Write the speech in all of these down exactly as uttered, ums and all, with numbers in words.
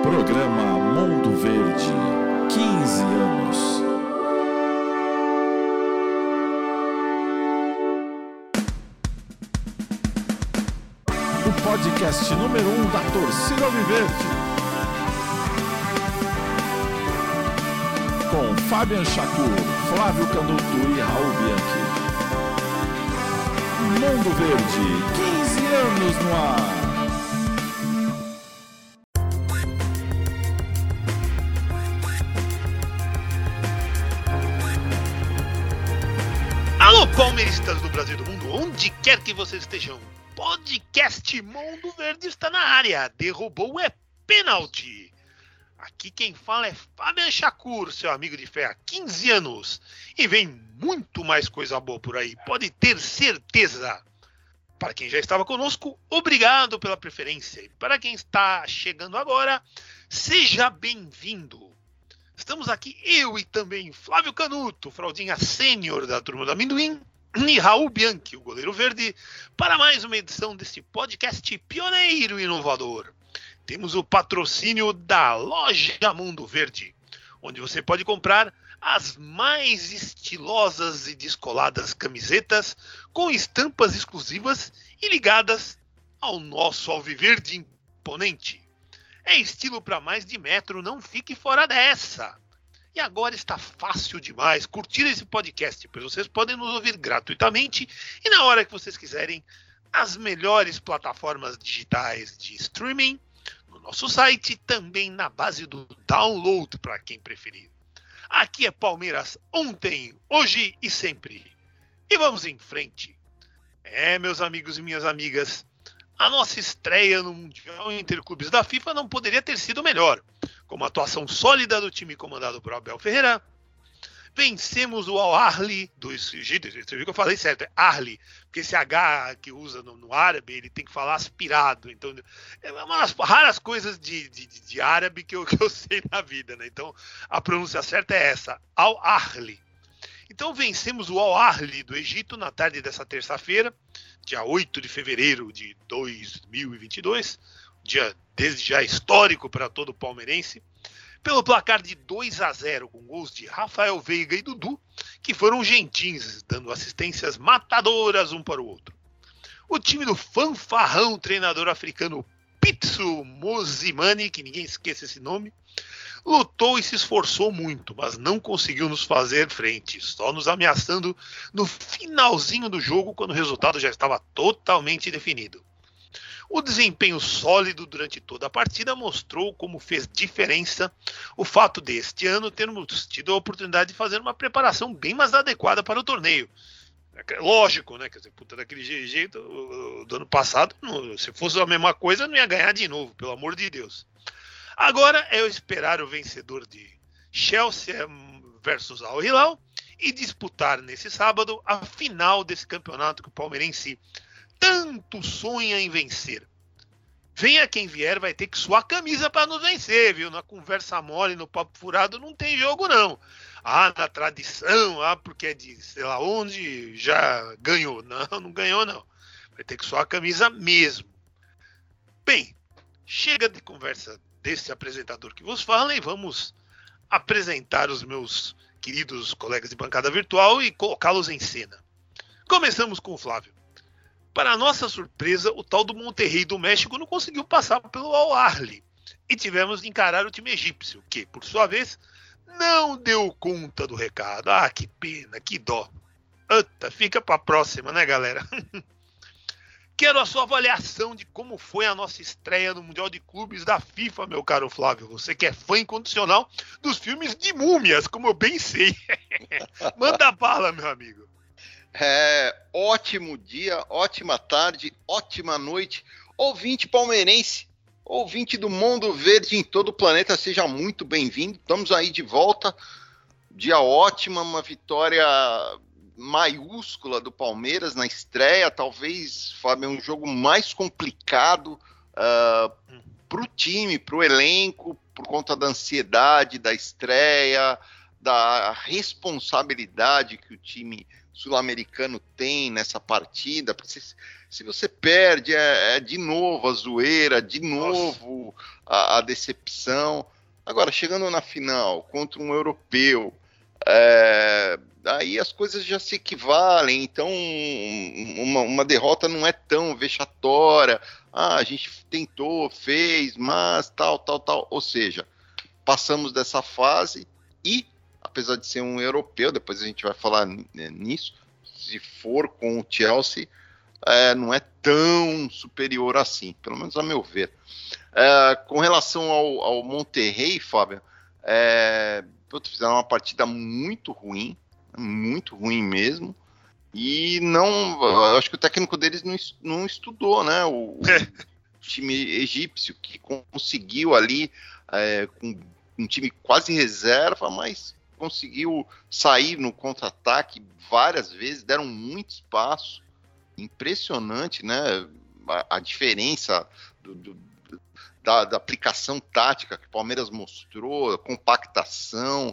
Programa Mundo Verde, quinze anos. O podcast número um da torcida alviverde. Com Fabian Chacur, Flávio Canuto e Raul Bianchi. Mundo Verde, quinze anos no ar. Alô, palmeiristas do Brasil e do mundo, onde quer que vocês estejam. Podcast Mundo Verde está na área. Derrubou é pênalti. Aqui quem fala é Fabian Chacur, seu amigo de fé há quinze anos. E vem muito mais coisa boa por aí, pode ter certeza. Para quem já estava conosco, obrigado pela preferência. E para quem está chegando agora, seja bem-vindo. Estamos aqui, eu e também Flávio Canuto, fraldinha sênior da Turma do Amendoim, e Raul Bianchi, o goleiro verde, para mais uma edição desse podcast pioneiro e inovador. Temos o patrocínio da Loja Mundo Verde, onde você pode comprar as mais estilosas e descoladas camisetas com estampas exclusivas e ligadas ao nosso alviverde imponente. É estilo para mais de metro, não fique fora dessa. E agora está fácil demais curtir esse podcast, pois vocês podem nos ouvir gratuitamente e na hora que vocês quiserem, as melhores plataformas digitais de streaming, no nosso site, também na base do download para quem preferir. Aqui é Palmeiras ontem, hoje e sempre. E vamos em frente. É, meus amigos e minhas amigas, a nossa estreia no Mundial Interclubes da FIFA não poderia ter sido melhor. Com uma atuação sólida do time comandado por Abel Ferreira, vencemos o Al-Ahly do Egito. Você viu que eu falei certo, é Ahly, porque esse H que usa no, no árabe, ele tem que falar aspirado. Então, é uma das raras coisas de, de, de árabe que eu, que eu sei na vida, né? Então, a pronúncia certa é essa, Al-Ahly. Então, vencemos o Al-Ahly do Egito na tarde dessa terça-feira, dia oito de fevereiro de dois mil e vinte e dois, dia desde já histórico para todo palmeirense, pelo placar de dois a zero, com gols de Rafael Veiga e Dudu, que foram gentins, dando assistências matadoras um para o outro. O time do fanfarrão treinador africano Pitso Mosimane, que ninguém esqueça esse nome, lutou e se esforçou muito, mas não conseguiu nos fazer frente, só nos ameaçando no finalzinho do jogo, quando o resultado já estava totalmente definido. O desempenho sólido durante toda a partida mostrou como fez diferença o fato de este ano termos tido a oportunidade de fazer uma preparação bem mais adequada para o torneio. Lógico, né? Quer dizer, puta, daquele jeito, do ano passado, se fosse a mesma coisa, não ia ganhar de novo, pelo amor de Deus. Agora é eu esperar o vencedor de Chelsea versus Al Hilal e disputar nesse sábado a final desse campeonato que o palmeirense tanto sonha em vencer. Venha quem vier, vai ter que suar a camisa para nos vencer, viu? Na conversa mole, no papo furado, não tem jogo, não. Ah, na tradição, ah, porque é de sei lá onde, já ganhou. Não, não ganhou, não. Vai ter que suar a camisa mesmo. Bem, chega de conversa desse apresentador que vos fala e vamos apresentar os meus queridos colegas de bancada virtual e colocá-los em cena. Começamos com o Flávio. Para nossa surpresa, o tal do Monterrey do México não conseguiu passar pelo Al-Ahly e tivemos de encarar o time egípcio, que, por sua vez, não deu conta do recado. Ah, que pena, que dó. Eita, fica para a próxima, né, galera? Quero a sua avaliação de como foi a nossa estreia no Mundial de Clubes da FIFA, meu caro Flávio. Você que é fã incondicional dos filmes de múmias, como eu bem sei. Manda bala, meu amigo. É, ótimo dia, ótima tarde, ótima noite, ouvinte palmeirense, ouvinte do Mundo Verde em todo o planeta, seja muito bem-vindo. Estamos aí de volta, dia ótimo, uma vitória maiúscula do Palmeiras na estreia, talvez, Fábio, um jogo mais complicado uh, para o time, para o elenco, por conta da ansiedade da estreia, da responsabilidade que o time sul-americano tem nessa partida. Se você perde, é, é de novo a zoeira, de novo a, a decepção. Agora, chegando na final, contra um europeu, é, aí as coisas já se equivalem, então uma, uma derrota não é tão vexatória. Ah, a gente tentou, fez, mas tal, tal, tal. Ou seja, passamos dessa fase e, apesar de ser um europeu, depois a gente vai falar nisso, se for com o Chelsea, é, não é tão superior assim, pelo menos a meu ver. É, com relação ao, ao Monterrey, Fábio, é, fizeram uma partida muito ruim, muito ruim mesmo, e não, eu acho que o técnico deles não, não estudou, né, o, o time egípcio, que conseguiu ali, é, com um time quase reserva, mas conseguiu sair no contra-ataque várias vezes, deram muito espaço, impressionante, né, a, a diferença do, do, da, da aplicação tática que o Palmeiras mostrou, a compactação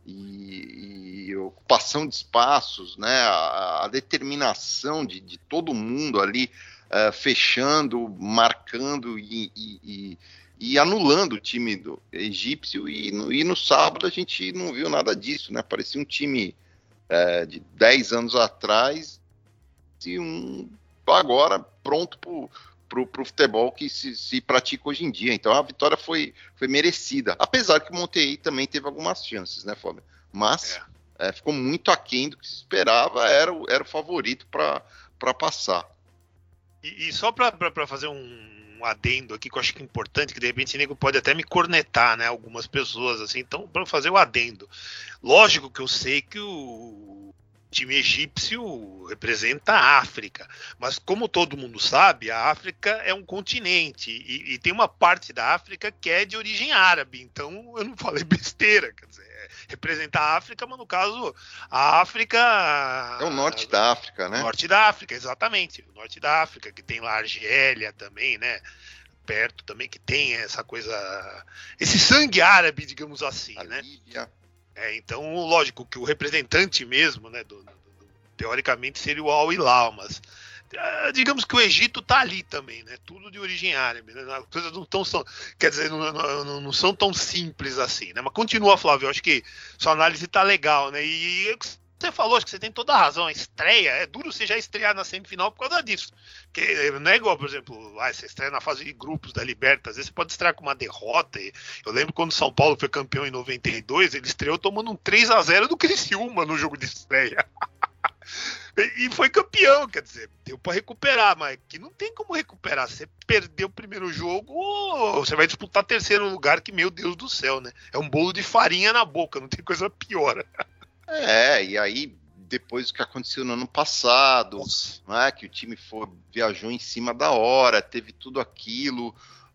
e, e ocupação de espaços, né, a, a determinação de, de todo mundo ali, uh, fechando, marcando e, e, e, e anulando o time do egípcio, e no, e no sábado a gente não viu nada disso, né, parecia um time uh, de dez anos atrás e um agora pronto para o futebol que se, se pratica hoje em dia. Então a vitória foi, foi merecida, apesar que o Monterrey também teve algumas chances, né, Fábio? Mas é. É, ficou muito aquém do que se esperava, era o, era o favorito para passar. E, e só para fazer um, um adendo aqui, que eu acho que é importante, que de repente o nego pode até me cornetar, né, algumas pessoas, assim, então, para fazer o adendo. Lógico que eu sei que o time egípcio representa a África, mas como todo mundo sabe, a África é um continente e, e tem uma parte da África que é de origem árabe, então eu não falei besteira, quer dizer, é representar a África, mas no caso a África é o norte da África, né? Norte da África, exatamente, o norte da África, que tem lá a Argélia também, né? Perto também, que tem essa coisa, esse sangue árabe, digamos assim, a né? Líbia. É, então, lógico que o representante mesmo, né, do, do, do, teoricamente seria o Al-Hilal, mas uh, digamos que o Egito tá ali também, né, tudo de origem árabe, né, as coisas não tão, são, quer dizer, não, não, não são tão simples assim, né, mas continua, Flávio, eu acho que sua análise tá legal, né, e, e você falou, acho que você tem toda a razão, a estreia, é duro você já estrear na semifinal por causa disso, porque não é igual, por exemplo, ah, você estreia na fase de grupos da Libertadores, às vezes você pode estrear com uma derrota, e eu lembro quando o São Paulo foi campeão em noventa e dois, ele estreou tomando um três a zero do Criciúma no jogo de estreia, e foi campeão, quer dizer, deu para recuperar, mas que não tem como recuperar, você perdeu o primeiro jogo, você vai disputar terceiro lugar, que meu Deus do céu, né, é um bolo de farinha na boca, não tem coisa pior. É, e aí depois do que aconteceu no ano passado, né, que o time foi, viajou em cima da hora, teve tudo aquilo,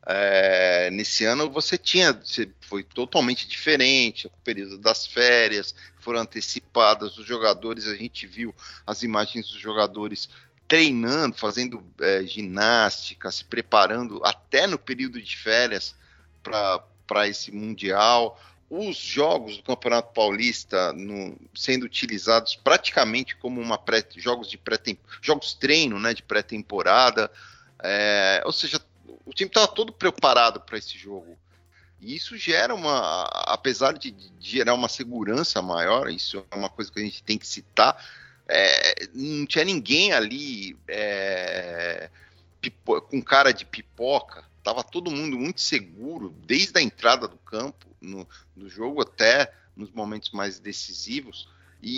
é, nesse ano você tinha, você foi totalmente diferente, o período das férias, foram antecipadas, os jogadores, a gente viu as imagens dos jogadores treinando, fazendo é, ginástica, se preparando até no período de férias para esse Mundial. Os jogos do Campeonato Paulista no, sendo utilizados praticamente como uma pré, jogos de pré jogos treino, né, de pré-temporada, é, ou seja, o time estava todo preparado para esse jogo, e isso gera uma, apesar de, de gerar uma segurança maior, isso é uma coisa que a gente tem que citar, é, não tinha ninguém ali é, pipo, com cara de pipoca, estava todo mundo muito seguro, desde a entrada do campo, no, no jogo até nos momentos mais decisivos,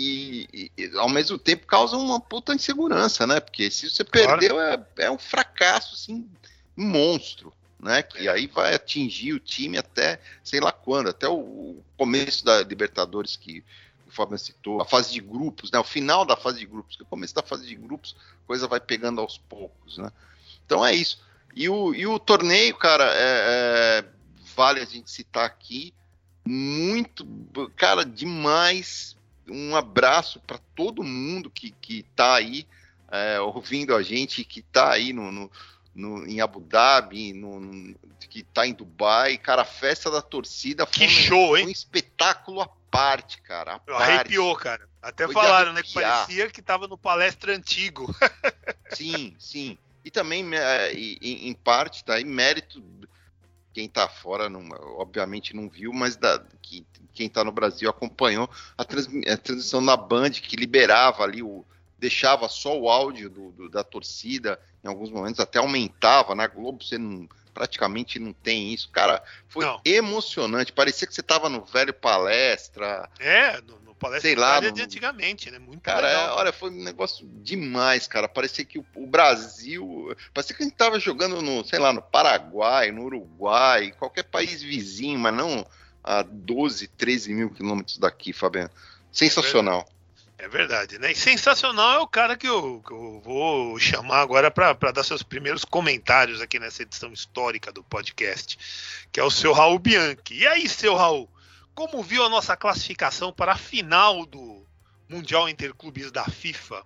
e, e ao mesmo tempo causa uma puta insegurança, né? Porque se você claro. perdeu, é, é um fracasso, assim, um monstro, né? Que aí vai atingir o time até sei lá quando, até o, o começo da Libertadores, que o Fábio citou, a fase de grupos, né? O final da fase de grupos, que o começo da fase de grupos, a coisa vai pegando aos poucos, né? Então é isso. E o, e o torneio, cara, é, é, vale a gente citar aqui, muito, cara, demais. Um abraço para todo mundo que, que tá aí é, ouvindo a gente, que tá aí no, no, no, em Abu Dhabi, no, no, que tá em Dubai. Cara, a festa da torcida foi que um, show, hein? um espetáculo à parte, cara. À parte. Arrepiou, cara. Até foi falaram, né, que parecia que tava no Palestra Antigo. Sim, sim. E também, é, em, em parte, tá aí mérito, quem tá fora, não, obviamente não viu, mas da, que, quem tá no Brasil acompanhou a, trans, a transmissão na Band, que liberava ali, o, deixava só o áudio do, do, da torcida, em alguns momentos até aumentava. Na Globo você não, praticamente não tem isso. Cara, foi não. emocionante, parecia que você tava no velho Palestra. É, no, no Palestra sei lá, no, de antigamente, né? Muito cara, legal. É, olha, foi um negócio demais, cara. Parecia que o, o Brasil, parecia que a gente tava jogando no, sei lá, no Paraguai, no Uruguai, qualquer país vizinho, mas não a doze, treze mil quilômetros daqui, Fabiano. Sensacional. É verdade, né? E sensacional é o cara que eu, que eu vou chamar agora para dar seus primeiros comentários aqui nessa edição histórica do podcast, que é o seu Raul Bianchi. E aí, seu Raul, como viu a nossa classificação para a final do Mundial Interclubes da FIFA?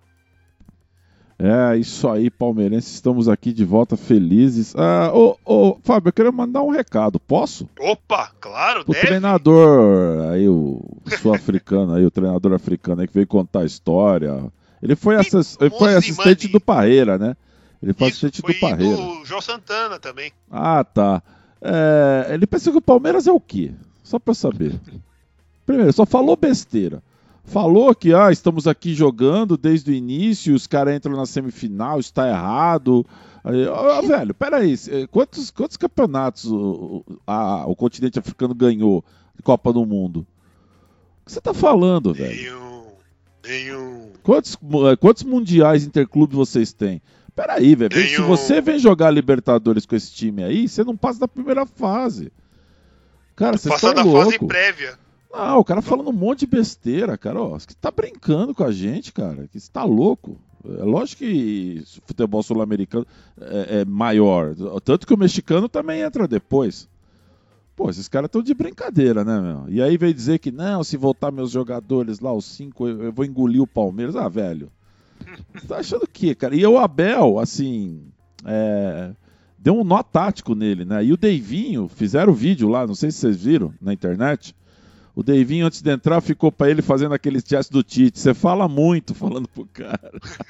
É, isso aí, palmeirenses, estamos aqui de volta felizes. Ah, ô, ô, Fábio, eu queria mandar um recado, posso? Opa, claro, o deve. treinador, aí o sul-africano, aí o treinador africano aí que veio contar a história. Ele foi, assist... ele foi assistente do Parreira, né? Ele foi Isso, assistente foi do Parreira. do João Santana também. Ah, tá. É, ele pensa que o Palmeiras é o quê? Só pra eu saber. Primeiro, só falou besteira. Falou que ah, estamos aqui jogando desde o início, os caras entram na semifinal, isso tá errado. Aí, ó, velho, peraí, quantos, quantos campeonatos o, a, o continente africano ganhou de Copa do Mundo? O que você tá falando, velho? Nenhum, nenhum. Quantos, quantos mundiais interclubes vocês têm? Peraí, velho, se você vem jogar Libertadores com esse time aí, você não passa da primeira fase. Cara, vocês estão loucos. Passa da fase prévia. Ah, o cara falando um monte de besteira, cara. Ó, você tá brincando com a gente, cara. Que você tá louco. É lógico que o futebol sul-americano é, é maior. Tanto que o mexicano também entra depois. Pô, esses caras estão de brincadeira, né, meu? E aí veio dizer que, não, se voltar meus jogadores lá, os cinco, eu, eu vou engolir o Palmeiras. Ah, velho. Você tá achando o quê, cara? E o Abel, assim, é, deu um nó tático nele, né? E o Deivinho, fizeram o vídeo lá, não sei se vocês viram na internet. O Deivinho, antes de entrar, ficou pra ele fazendo aquele gesto do Tite. Você fala muito falando pro cara.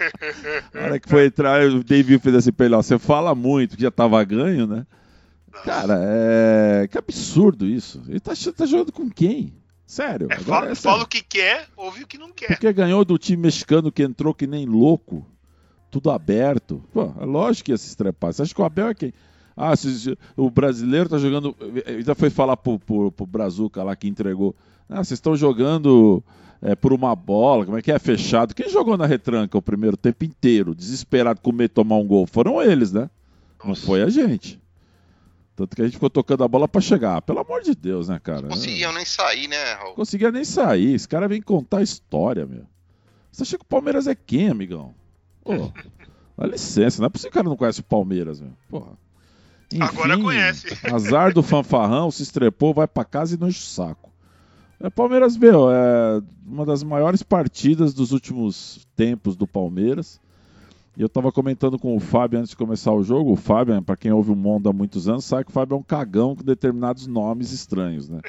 Na hora que foi entrar, o Deivinho fez assim pra ele, ó, você fala muito, que já tava ganho, né? Cara, é... que absurdo isso. Ele tá, tá jogando com quem? Sério. É, fala, é fala o que quer, ouve o que não quer. Porque ganhou do time mexicano que entrou que nem louco. Tudo aberto. Pô, é lógico que ia se estrepar. Você acha que o Abel é quem? Ah, se, o brasileiro tá jogando. Já foi falar pro, pro, pro Brazuca lá que entregou. Ah, vocês estão jogando é, por uma bola, como é que é? Fechado. Quem jogou na retranca o primeiro tempo inteiro, desesperado com medo de tomar um gol? Foram eles, né? Nossa. Não foi a gente. Tanto que a gente ficou tocando a bola pra chegar. Pelo amor de Deus, né, cara? Não conseguiam nem sair, né, Raul? Conseguia nem sair. Esse cara vem contar a história, meu. Você acha que o Palmeiras é quem, amigão? Pô, dá licença. Não é possível que o cara não conhece o Palmeiras, meu. Porra. Enfim, agora conhece. Azar do fanfarrão, se estrepou, vai pra casa e não enche o saco. É, Palmeiras, meu, é uma das maiores partidas dos últimos tempos do Palmeiras. E eu tava comentando com o Fábio antes de começar o jogo. O Fábio, pra quem ouve o Mundo há muitos anos, sabe que o Fábio é um cagão com determinados nomes estranhos, né?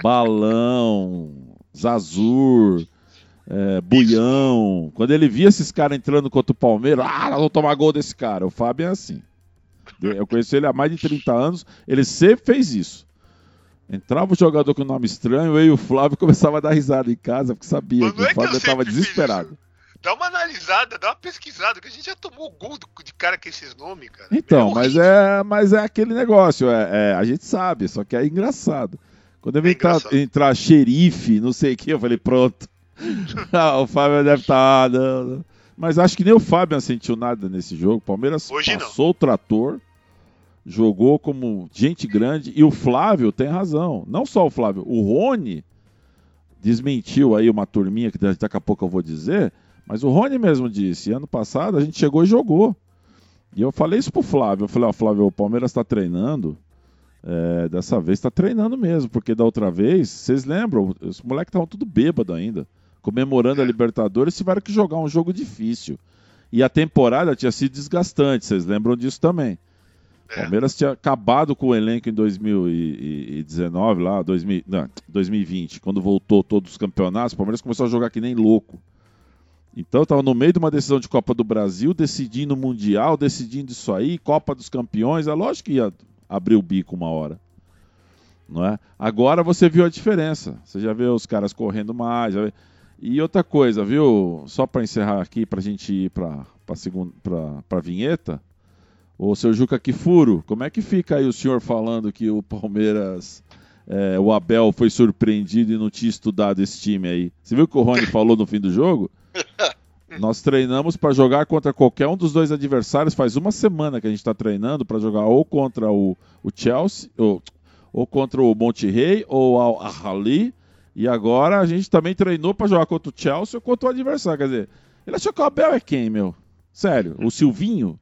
Balão, Zazur, é, Buião. Quando ele via esses caras entrando contra o Palmeiras, ah, nós vamos tomar gol desse cara. O Fábio é assim. Eu conheço ele há mais de trinta anos, ele sempre fez isso. Entrava o jogador com nome estranho, eu e o Flávio começava a dar risada em casa, porque sabia que o Flávio estava desesperado. Dá uma analisada, dá uma pesquisada, que a gente já tomou gol de cara com esses nomes, cara. Então, é mas, é, mas é aquele negócio, é, é, a gente sabe, só que é engraçado. Quando eu vi é entrar, entrar xerife, não sei o que, eu falei, pronto. Ah, o Fábio deve estar... Ah, não, não. Mas acho que nem o Fábio sentiu nada nesse jogo. O Palmeiras Hoje passou não. o trator, jogou como gente grande. E o Flávio tem razão. Não só o Flávio, o Rony desmentiu aí uma turminha que daqui a pouco eu vou dizer. Mas o Rony mesmo disse, ano passado a gente chegou e jogou. E eu falei isso pro Flávio. Eu falei, ó, Flávio, o Palmeiras tá treinando. É, dessa vez tá treinando mesmo. Porque da outra vez, vocês lembram, os moleques estavam tudo bêbado ainda. Comemorando a Libertadores, tiveram que jogar um jogo difícil. E a temporada tinha sido desgastante, vocês lembram disso também. O Palmeiras tinha acabado com o elenco em dois mil e dezenove, lá, dois mil, não, dois mil e vinte, quando voltou todos os campeonatos, o Palmeiras começou a jogar que nem louco. Então estava no meio de uma decisão de Copa do Brasil, decidindo o Mundial, decidindo isso aí, Copa dos Campeões, é lógico que ia abrir o bico uma hora. Não é? Agora você viu a diferença, você já vê os caras correndo mais. Já vê... E outra coisa, viu? Só para encerrar aqui, para a gente ir para a vinheta, o seu Juca Kifuro, como é que fica aí o senhor falando que o Palmeiras, é, o Abel foi surpreendido e não tinha estudado esse time aí? Você viu o que o Rony falou no fim do jogo? Nós treinamos para jogar contra qualquer um dos dois adversários. Faz uma semana que a gente está treinando para jogar ou contra o, o Chelsea, ou, ou contra o Monterrey, ou Al Ahly. E agora a gente também treinou para jogar contra o Chelsea ou contra o adversário. Quer dizer, ele achou que o Abel é quem, meu? Sério, o Silvinho?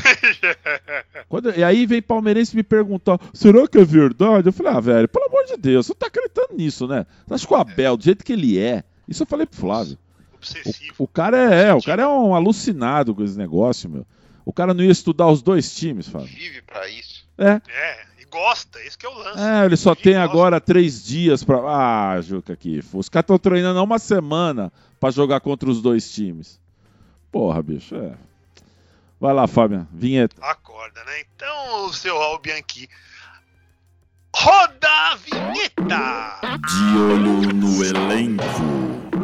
Quando, e aí vem palmeirense me perguntar, será que é verdade? Eu falei, ah, velho, pelo amor de Deus, você tá acreditando nisso, né? Você acha que o Abel, do jeito que ele é, isso eu falei pro Flávio. O, o cara é, é, o cara é um alucinado com esse negócio, meu. O cara não ia estudar os dois times, Flávio. Vive pra isso. É. É, e gosta, esse que é o lance. É, ele só Ele tem gosta. agora três dias pra... Ah, Juca, aqui. Os caras estão treinando há uma semana pra jogar contra os dois times. Porra, bicho, é. Vai lá, Fábio, vinheta. Acorda, né? Então, o seu Raul Bianchi, roda a vinheta! De olho no elenco.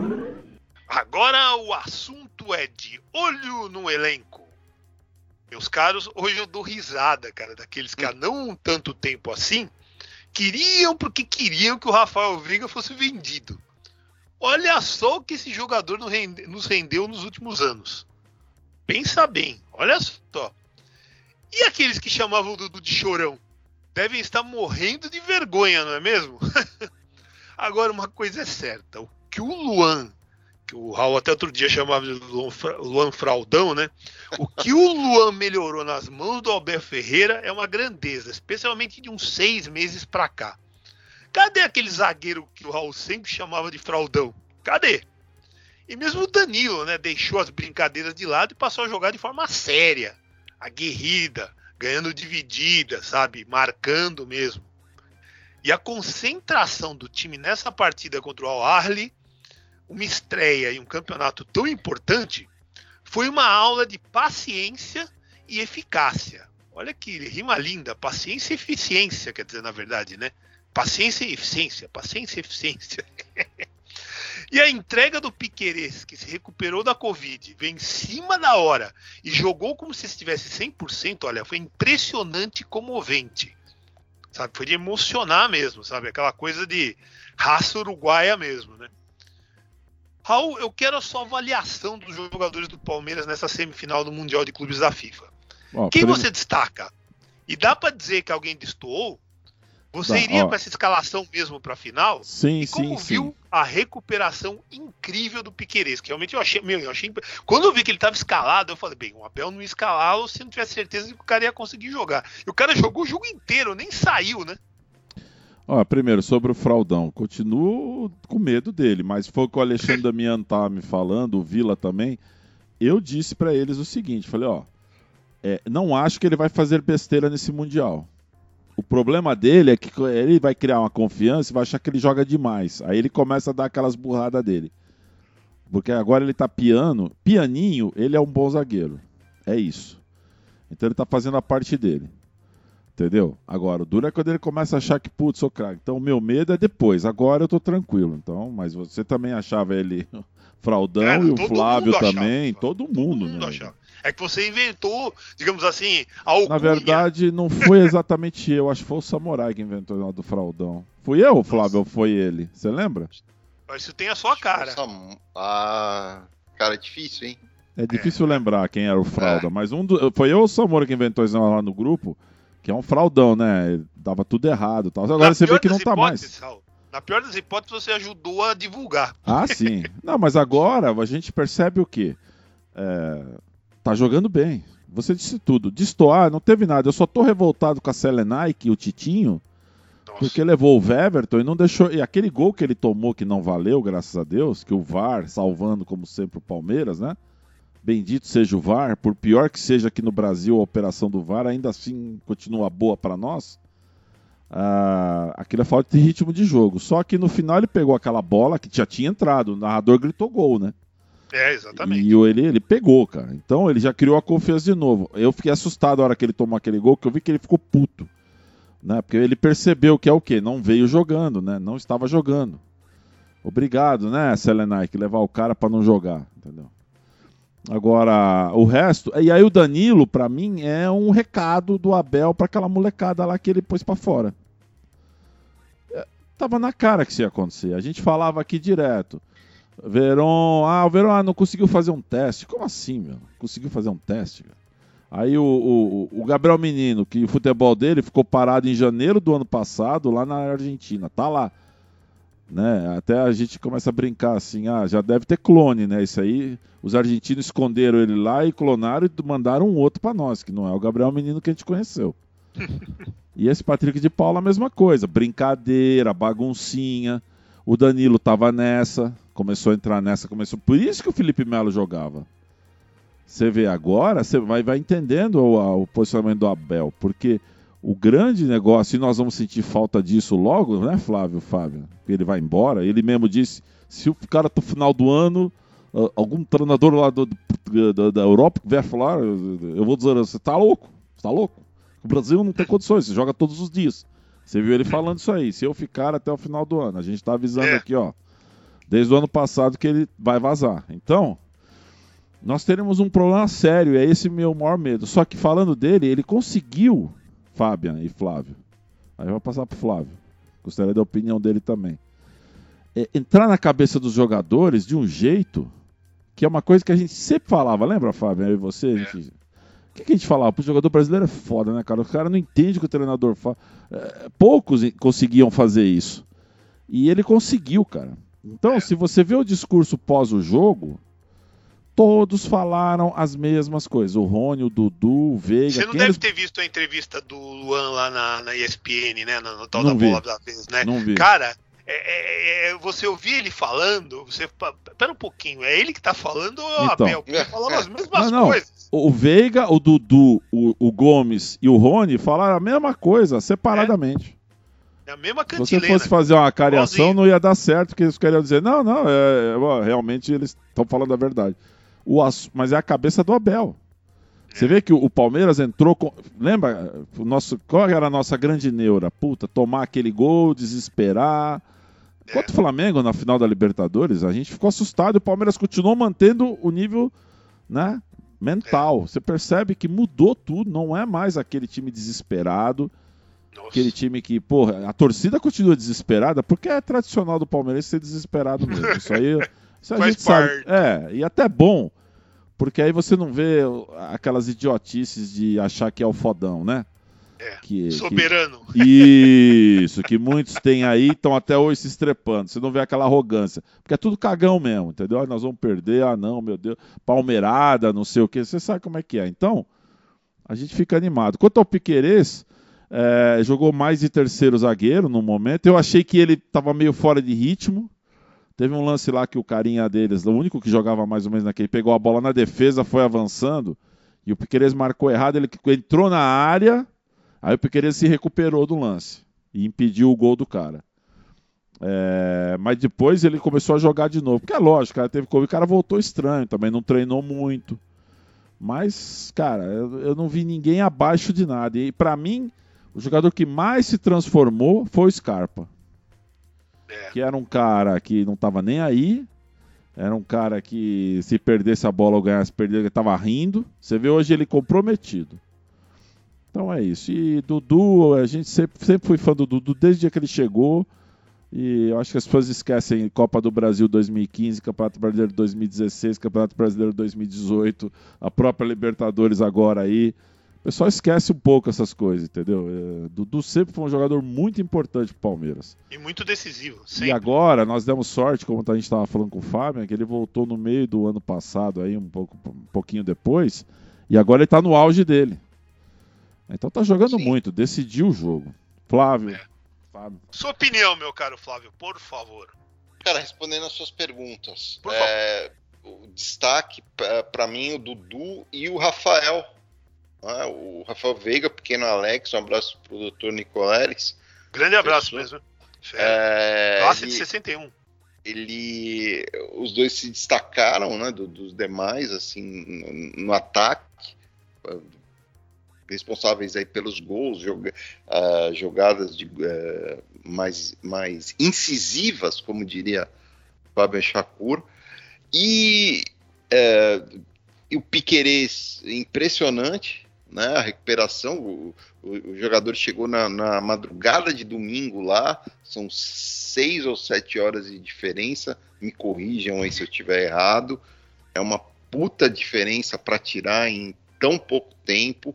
Agora o assunto é de olho no elenco. Meus caros, hoje eu dou risada, cara, daqueles que há não tanto tempo assim queriam porque queriam que o Rafael Veiga fosse vendido. Olha só o que esse jogador nos rendeu nos últimos anos. Pensa bem, olha só. E aqueles que chamavam o Dudu de chorão? Devem estar morrendo de vergonha, não é mesmo? Agora, uma coisa é certa. O que o Luan, que o Raul até outro dia chamava de Luan, Luan Fraudão, né? O que o Luan melhorou nas mãos do Abel Ferreira é uma grandeza, especialmente de uns seis meses pra cá. Cadê aquele zagueiro que o Raul sempre chamava de Fraudão? Cadê? E mesmo o Danilo, né, deixou as brincadeiras de lado e passou a jogar de forma séria, aguerrida, ganhando dividida, sabe, marcando mesmo. E a concentração do time nessa partida contra o Al Ahly, uma estreia em um campeonato tão importante, foi uma aula de paciência e eficácia. Olha que rima linda, paciência e eficiência, quer dizer, na verdade, né? Paciência e eficiência, paciência e eficiência. E a entrega do Piquerez, que se recuperou da Covid, veio em cima da hora e jogou como se estivesse cem por cento, olha, foi impressionante e comovente. Sabe? Foi de emocionar mesmo, sabe? Aquela coisa de raça uruguaia mesmo, né? Raul, eu quero a sua avaliação dos jogadores do Palmeiras nessa semifinal do Mundial de Clubes da FIFA. Ó, Quem prim... você destaca? E dá pra dizer que alguém destoou? Você Dá, iria ó. com essa escalação mesmo pra final? Sim, E como sim, viu sim. a recuperação incrível do Piquerez? Que realmente eu achei, meu, eu achei. Quando eu vi que ele estava escalado, eu falei, bem, o Abel não ia escalá-lo se não tivesse certeza de que o cara ia conseguir jogar. E o cara jogou o jogo inteiro, nem saiu, né? Ó, primeiro, sobre o Fraudão, continuo com medo dele, mas foi o que o Alexandre Damiano tá me falando, o Vila também. Eu disse pra eles o seguinte, falei, ó, é, não acho que ele vai fazer besteira nesse Mundial. O problema dele é que ele vai criar uma confiança e vai achar que ele joga demais. Aí ele começa a dar aquelas burradas dele. Porque agora ele tá piano. Pianinho, ele é um bom zagueiro. É isso. Então ele tá fazendo a parte dele. Entendeu? Agora, o duro é quando ele começa a achar que, putz, sou craque. Então o meu medo é depois. Agora eu tô tranquilo. Então, mas você também achava ele Fraudão Cara, e o todo Flávio mundo achava, também. Flávio. Todo mundo, Todo mundo né? achava. É que você inventou, digamos assim, algo. Na verdade, não foi exatamente eu. Acho que foi o Samurai que inventou o negócio do Fraudão. Fui eu, Flávio, ou foi ele? Você lembra? Isso tem a sua cara. Nossa, ah, cara, é difícil, hein? É difícil lembrar quem era o Frauda, é. mas um do... foi eu ou o Samora que inventou isso lá no grupo, que é um fraudão, né? Dava tudo errado e tal. Agora Na você vê que não das tá hipóteses, mais. Raul, na pior das hipóteses, você ajudou a divulgar. Ah, sim. Não, mas agora a gente percebe o quê? É... Tá jogando bem. Você disse tudo. Destoar, não teve nada. Eu só tô revoltado com a Selenaik e o Titinho, Nossa. porque levou o Weverton e não deixou... E aquele gol que ele tomou que não valeu, graças a Deus, que o V A R salvando, como sempre, o Palmeiras, né? Bendito seja o V A R. Por pior que seja aqui no Brasil a operação do V A R, ainda assim continua boa para nós. Ah, aquilo é falta de ritmo de jogo. Só que no final ele pegou aquela bola que já tinha entrado. O narrador gritou gol, né? É, exatamente. E ele, ele pegou, cara. Então ele já criou a confiança de novo. Eu fiquei assustado a hora que ele tomou aquele gol, que eu vi que ele ficou puto. Né? Porque ele percebeu que é o quê? Não veio jogando, né? Não estava jogando. Obrigado, né, Selenaik, levar o cara pra não jogar, entendeu? Agora, o resto... E aí o Danilo, pra mim, é um recado do Abel pra aquela molecada lá que ele pôs pra fora. É, tava na cara que isso ia acontecer. A gente falava aqui direto. Verón... Ah, o Verón ah, não conseguiu fazer um teste. Como assim, meu? Conseguiu fazer um teste, cara? Aí o, o, o Gabriel Menino, que o futebol dele ficou parado em janeiro do ano passado, lá na Argentina. Tá lá. Né? Até a gente começa a brincar assim, ah, já deve ter clone, né? Isso aí, os argentinos esconderam ele lá e clonaram e mandaram um outro pra nós, que não é o Gabriel Menino que a gente conheceu. E esse Patrick de Paula, a mesma coisa, brincadeira, baguncinha. O Danilo tava nessa, começou a entrar nessa, começou. Por isso que o Felipe Melo jogava. Você vê agora, você vai, vai entendendo o, o posicionamento do Abel, porque o grande negócio, e nós vamos sentir falta disso logo, né, Flávio, Fábio? Ele vai embora, ele mesmo disse, se o cara no final do ano, algum treinador lá do, do, da Europa vier falar, eu vou dizer, você tá louco, você tá louco? O Brasil não tem condições, você joga todos os dias. Você viu ele falando isso aí, se eu ficar até o final do ano, a gente tá avisando aqui, ó, desde o ano passado que ele vai vazar. Então, nós teremos um problema sério, é esse meu maior medo. Só que falando dele, ele conseguiu... Fabian e Flávio. Aí eu vou passar pro Flávio. Gostaria da opinião dele também. É, entrar na cabeça dos jogadores de um jeito que é uma coisa que a gente sempre falava. Lembra, Fábio? Eu e você? A gente... O que, que a gente falava? O jogador brasileiro é foda, né, cara? O cara não entende o que o treinador fala. É, poucos conseguiam fazer isso. E ele conseguiu, cara. Então, se você vê o discurso pós o jogo... Todos falaram as mesmas coisas. O Rony, o Dudu, o Veiga... Você não deve eles... ter visto a entrevista do Luan lá na, na E S P N, né? No, no tal não da vi. Bola da vez, né? Não vi. Cara, é, é, você ouvir ele falando... Você, pera um pouquinho, é ele que tá falando ou é o então, Abel? Porque falando as mesmas não, não. coisas. O Veiga, o Dudu, o, o Gomes e o Rony falaram a mesma coisa, separadamente. É a mesma cantilena. Se você fosse fazer uma cariação, não ia dar certo, porque eles queriam dizer, não, não, é, é, realmente eles estão falando a verdade. O, mas é a cabeça do Abel. Você vê que o, o Palmeiras entrou com... Lembra? O nosso, qual era a nossa grande neura? Puta, tomar aquele gol, desesperar. Quanto o Flamengo na final da Libertadores, a gente ficou assustado e o Palmeiras continuou mantendo o nível, né, mental. Você percebe que mudou tudo, não é mais aquele time desesperado. Nossa. Aquele time que, porra, a torcida continua desesperada, porque é tradicional do Palmeiras ser desesperado mesmo. Isso aí... Isso a gente sabe. É, e até bom, porque aí você não vê aquelas idiotices de achar que é o fodão, né? É, que, soberano. Que, isso, que muitos têm aí, estão até hoje se estrepando. Você não vê aquela arrogância, porque é tudo cagão mesmo, entendeu? Ah, nós vamos perder, ah não, meu Deus, palmeirada, não sei o que, você sabe como é que é. Então, a gente fica animado. Quanto ao Piquerez, é, jogou mais de terceiro zagueiro no momento, eu achei que ele estava meio fora de ritmo. Teve um lance lá que o carinha deles, o único que jogava mais ou menos naquele, pegou a bola na defesa, foi avançando, e o Piquerez marcou errado, ele entrou na área, aí o Piquerez se recuperou do lance, e impediu o gol do cara. É, mas depois ele começou a jogar de novo, porque é lógico, cara, teve Covid, o cara voltou estranho, também não treinou muito. Mas, cara, eu, eu não vi ninguém abaixo de nada, e pra mim, o jogador que mais se transformou foi o Scarpa. É. Que era um cara que não estava nem aí, era um cara que se perdesse a bola ou ganhasse, perder, ele estava rindo. Você vê hoje ele comprometido. Então é isso. E Dudu, a gente sempre, sempre foi fã do Dudu desde o dia que ele chegou. E eu acho que as pessoas esquecem Copa do Brasil dois mil e quinze, Campeonato Brasileiro dois mil e dezesseis, Campeonato Brasileiro dois mil e dezoito, a própria Libertadores agora aí. O pessoal esquece um pouco essas coisas, entendeu? É, Dudu sempre foi um jogador muito importante pro Palmeiras. E muito decisivo, sempre. E agora, nós demos sorte, como a gente estava falando com o Fábio, que ele voltou no meio do ano passado, aí, um, pouco, um pouquinho depois, e agora ele tá no auge dele. Então tá jogando Sim. muito, decidiu o jogo. Flávio, é. Fábio. Sua opinião, meu caro Flávio, por favor. Cara, respondendo as suas perguntas. Por é, o destaque, para mim, o Dudu e o Rafael. Ah, o Rafael Veiga, pequeno Alex, um abraço pro doutor Nicoleles. Grande abraço mesmo. É, Classe de e, sessenta e um. ele, os dois se destacaram, né, do, dos demais, assim, no, no ataque, responsáveis aí pelos gols, joga, uh, jogadas de, uh, mais, mais incisivas, como diria Fabian Shakur, e, uh, e o Piquerez impressionante, né, a recuperação, o, o, o jogador chegou na, na madrugada de domingo lá, são seis ou sete horas de diferença, me corrijam aí se eu estiver errado, é uma puta diferença para tirar em tão pouco tempo,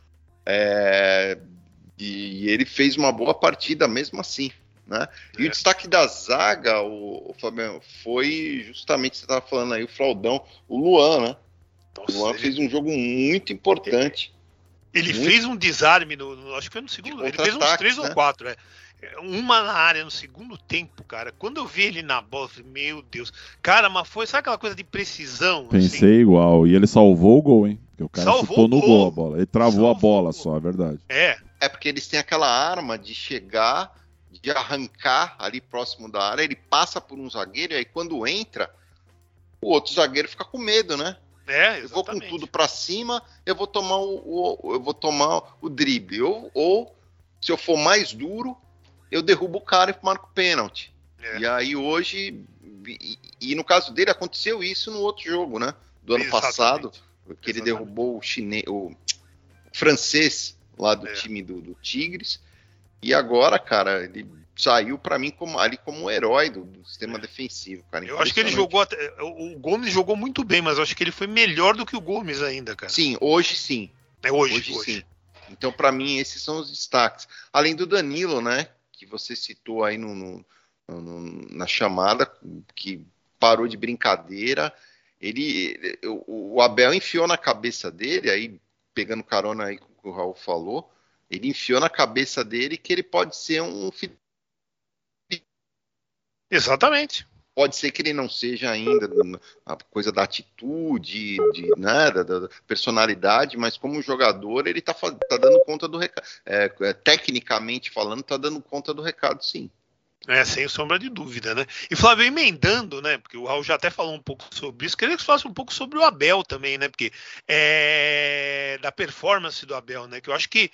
é, e ele fez uma boa partida mesmo assim, né? É. E o destaque da zaga, o, o Fabiano, foi justamente, você estava falando aí, o Flaudão, o Luan, né? Nossa, o Luan ele... fez um jogo muito importante. Ele muito... fez um desarme, no, no, acho que foi no segundo, ele fez uns três, né? Ou quatro, é. Uma na área no segundo tempo, cara. Quando eu vi ele na bola, eu falei, meu Deus. Cara, mas foi, sabe aquela coisa de precisão? Pensei assim? Igual. E ele salvou o gol, hein? Porque o cara salvou ficou no gol. gol a bola. Ele travou salvou a bola só, é verdade. É. É porque eles têm aquela arma de chegar, de arrancar ali próximo da área. Ele passa por um zagueiro e aí quando entra, o outro zagueiro fica com medo, né? É, eu vou com tudo pra cima, eu vou tomar o, o, eu vou tomar o drible. Ou, ou, se eu for mais duro, eu derrubo o cara e marco pênalti. É. E aí hoje, e, e no caso dele aconteceu isso no outro jogo, né? Do ano Exatamente. passado, que ele Exatamente. derrubou o, chine, o francês lá do é. time do, do Tigres. E agora, cara, ele saiu pra mim como, ali como um herói do, do sistema é. defensivo, cara. Eu acho que ele jogou até, o Gomes jogou muito bem, mas eu acho que ele foi melhor do que o Gomes ainda, cara. Sim, hoje sim. É hoje, hoje, hoje. sim. Então, pra mim, esses são os destaques. Além do Danilo, né? Que você citou aí no, no, no, na chamada, que parou de brincadeira. Ele, o, o Abel enfiou na cabeça dele, aí pegando carona aí com o que o Raul falou, ele enfiou na cabeça dele que ele pode ser um... Exatamente. Pode ser que ele não seja ainda a coisa da atitude, de, né, da, da personalidade, mas como jogador ele está tá dando conta do recado. É, é, tecnicamente falando, está dando conta do recado, sim. É, sem sombra de dúvida, né? E Flávio, emendando, né? Porque o Raul já até falou um pouco sobre isso. Queria que você falasse um pouco sobre o Abel também, né? Porque é, da performance do Abel, né? Que eu acho que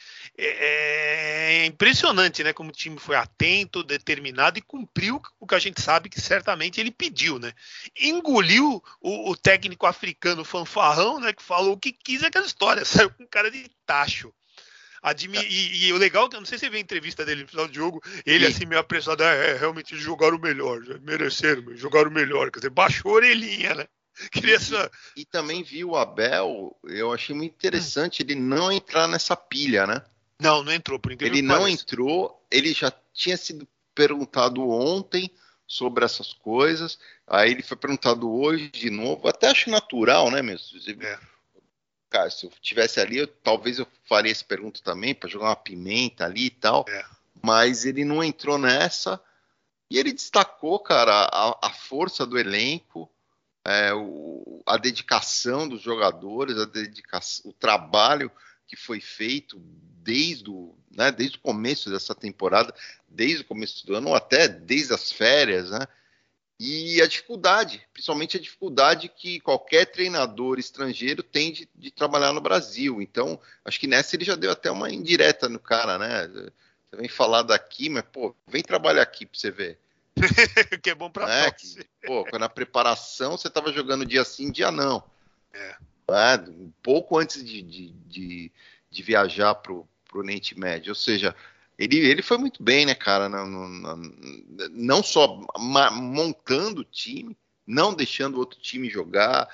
é, é impressionante, né? Como o time foi atento, determinado e cumpriu o que a gente sabe que certamente ele pediu, né? Engoliu o, o técnico africano fanfarrão, né? Que falou o que quis aquela história. Saiu com cara de tacho. Admi e, e o legal, eu não sei se você vê a entrevista dele no final do jogo, ele Sim. assim meio apressado, é, realmente eles jogaram melhor, mereceram, jogaram melhor, quer dizer, baixou a orelhinha, né? Queria essa... e, e também vi o Abel, eu achei muito interessante hum. ele não entrar nessa pilha, né? Não, não entrou, por incrível Ele que não pareça. entrou, ele já tinha sido perguntado ontem sobre essas coisas, aí ele foi perguntado hoje de novo, até acho natural, né, mesmo? É. Cara, se eu estivesse ali, eu, talvez eu faria essa pergunta também, para jogar uma pimenta ali e tal, é. Mas ele não entrou nessa, e ele destacou, cara, a, a força do elenco, é, o, a dedicação dos jogadores, a dedicação, o trabalho que foi feito desde o, né, desde o começo dessa temporada, desde o começo do ano, ou até desde as férias, né? E a dificuldade, principalmente a dificuldade que qualquer treinador estrangeiro tem de, de trabalhar no Brasil. Então, acho que nessa ele já deu até uma indireta no cara, né? Você vem falar daqui, mas, pô, vem trabalhar aqui pra você ver. Que é bom pra é, todos. que, pô, na preparação você tava jogando dia sim, dia não. É. É, um pouco antes de, de, de, de viajar pro, pro Oriente Médio. Ou seja... Ele, ele foi muito bem, né, cara? Não, não, não só montando o time, não deixando o outro time jogar,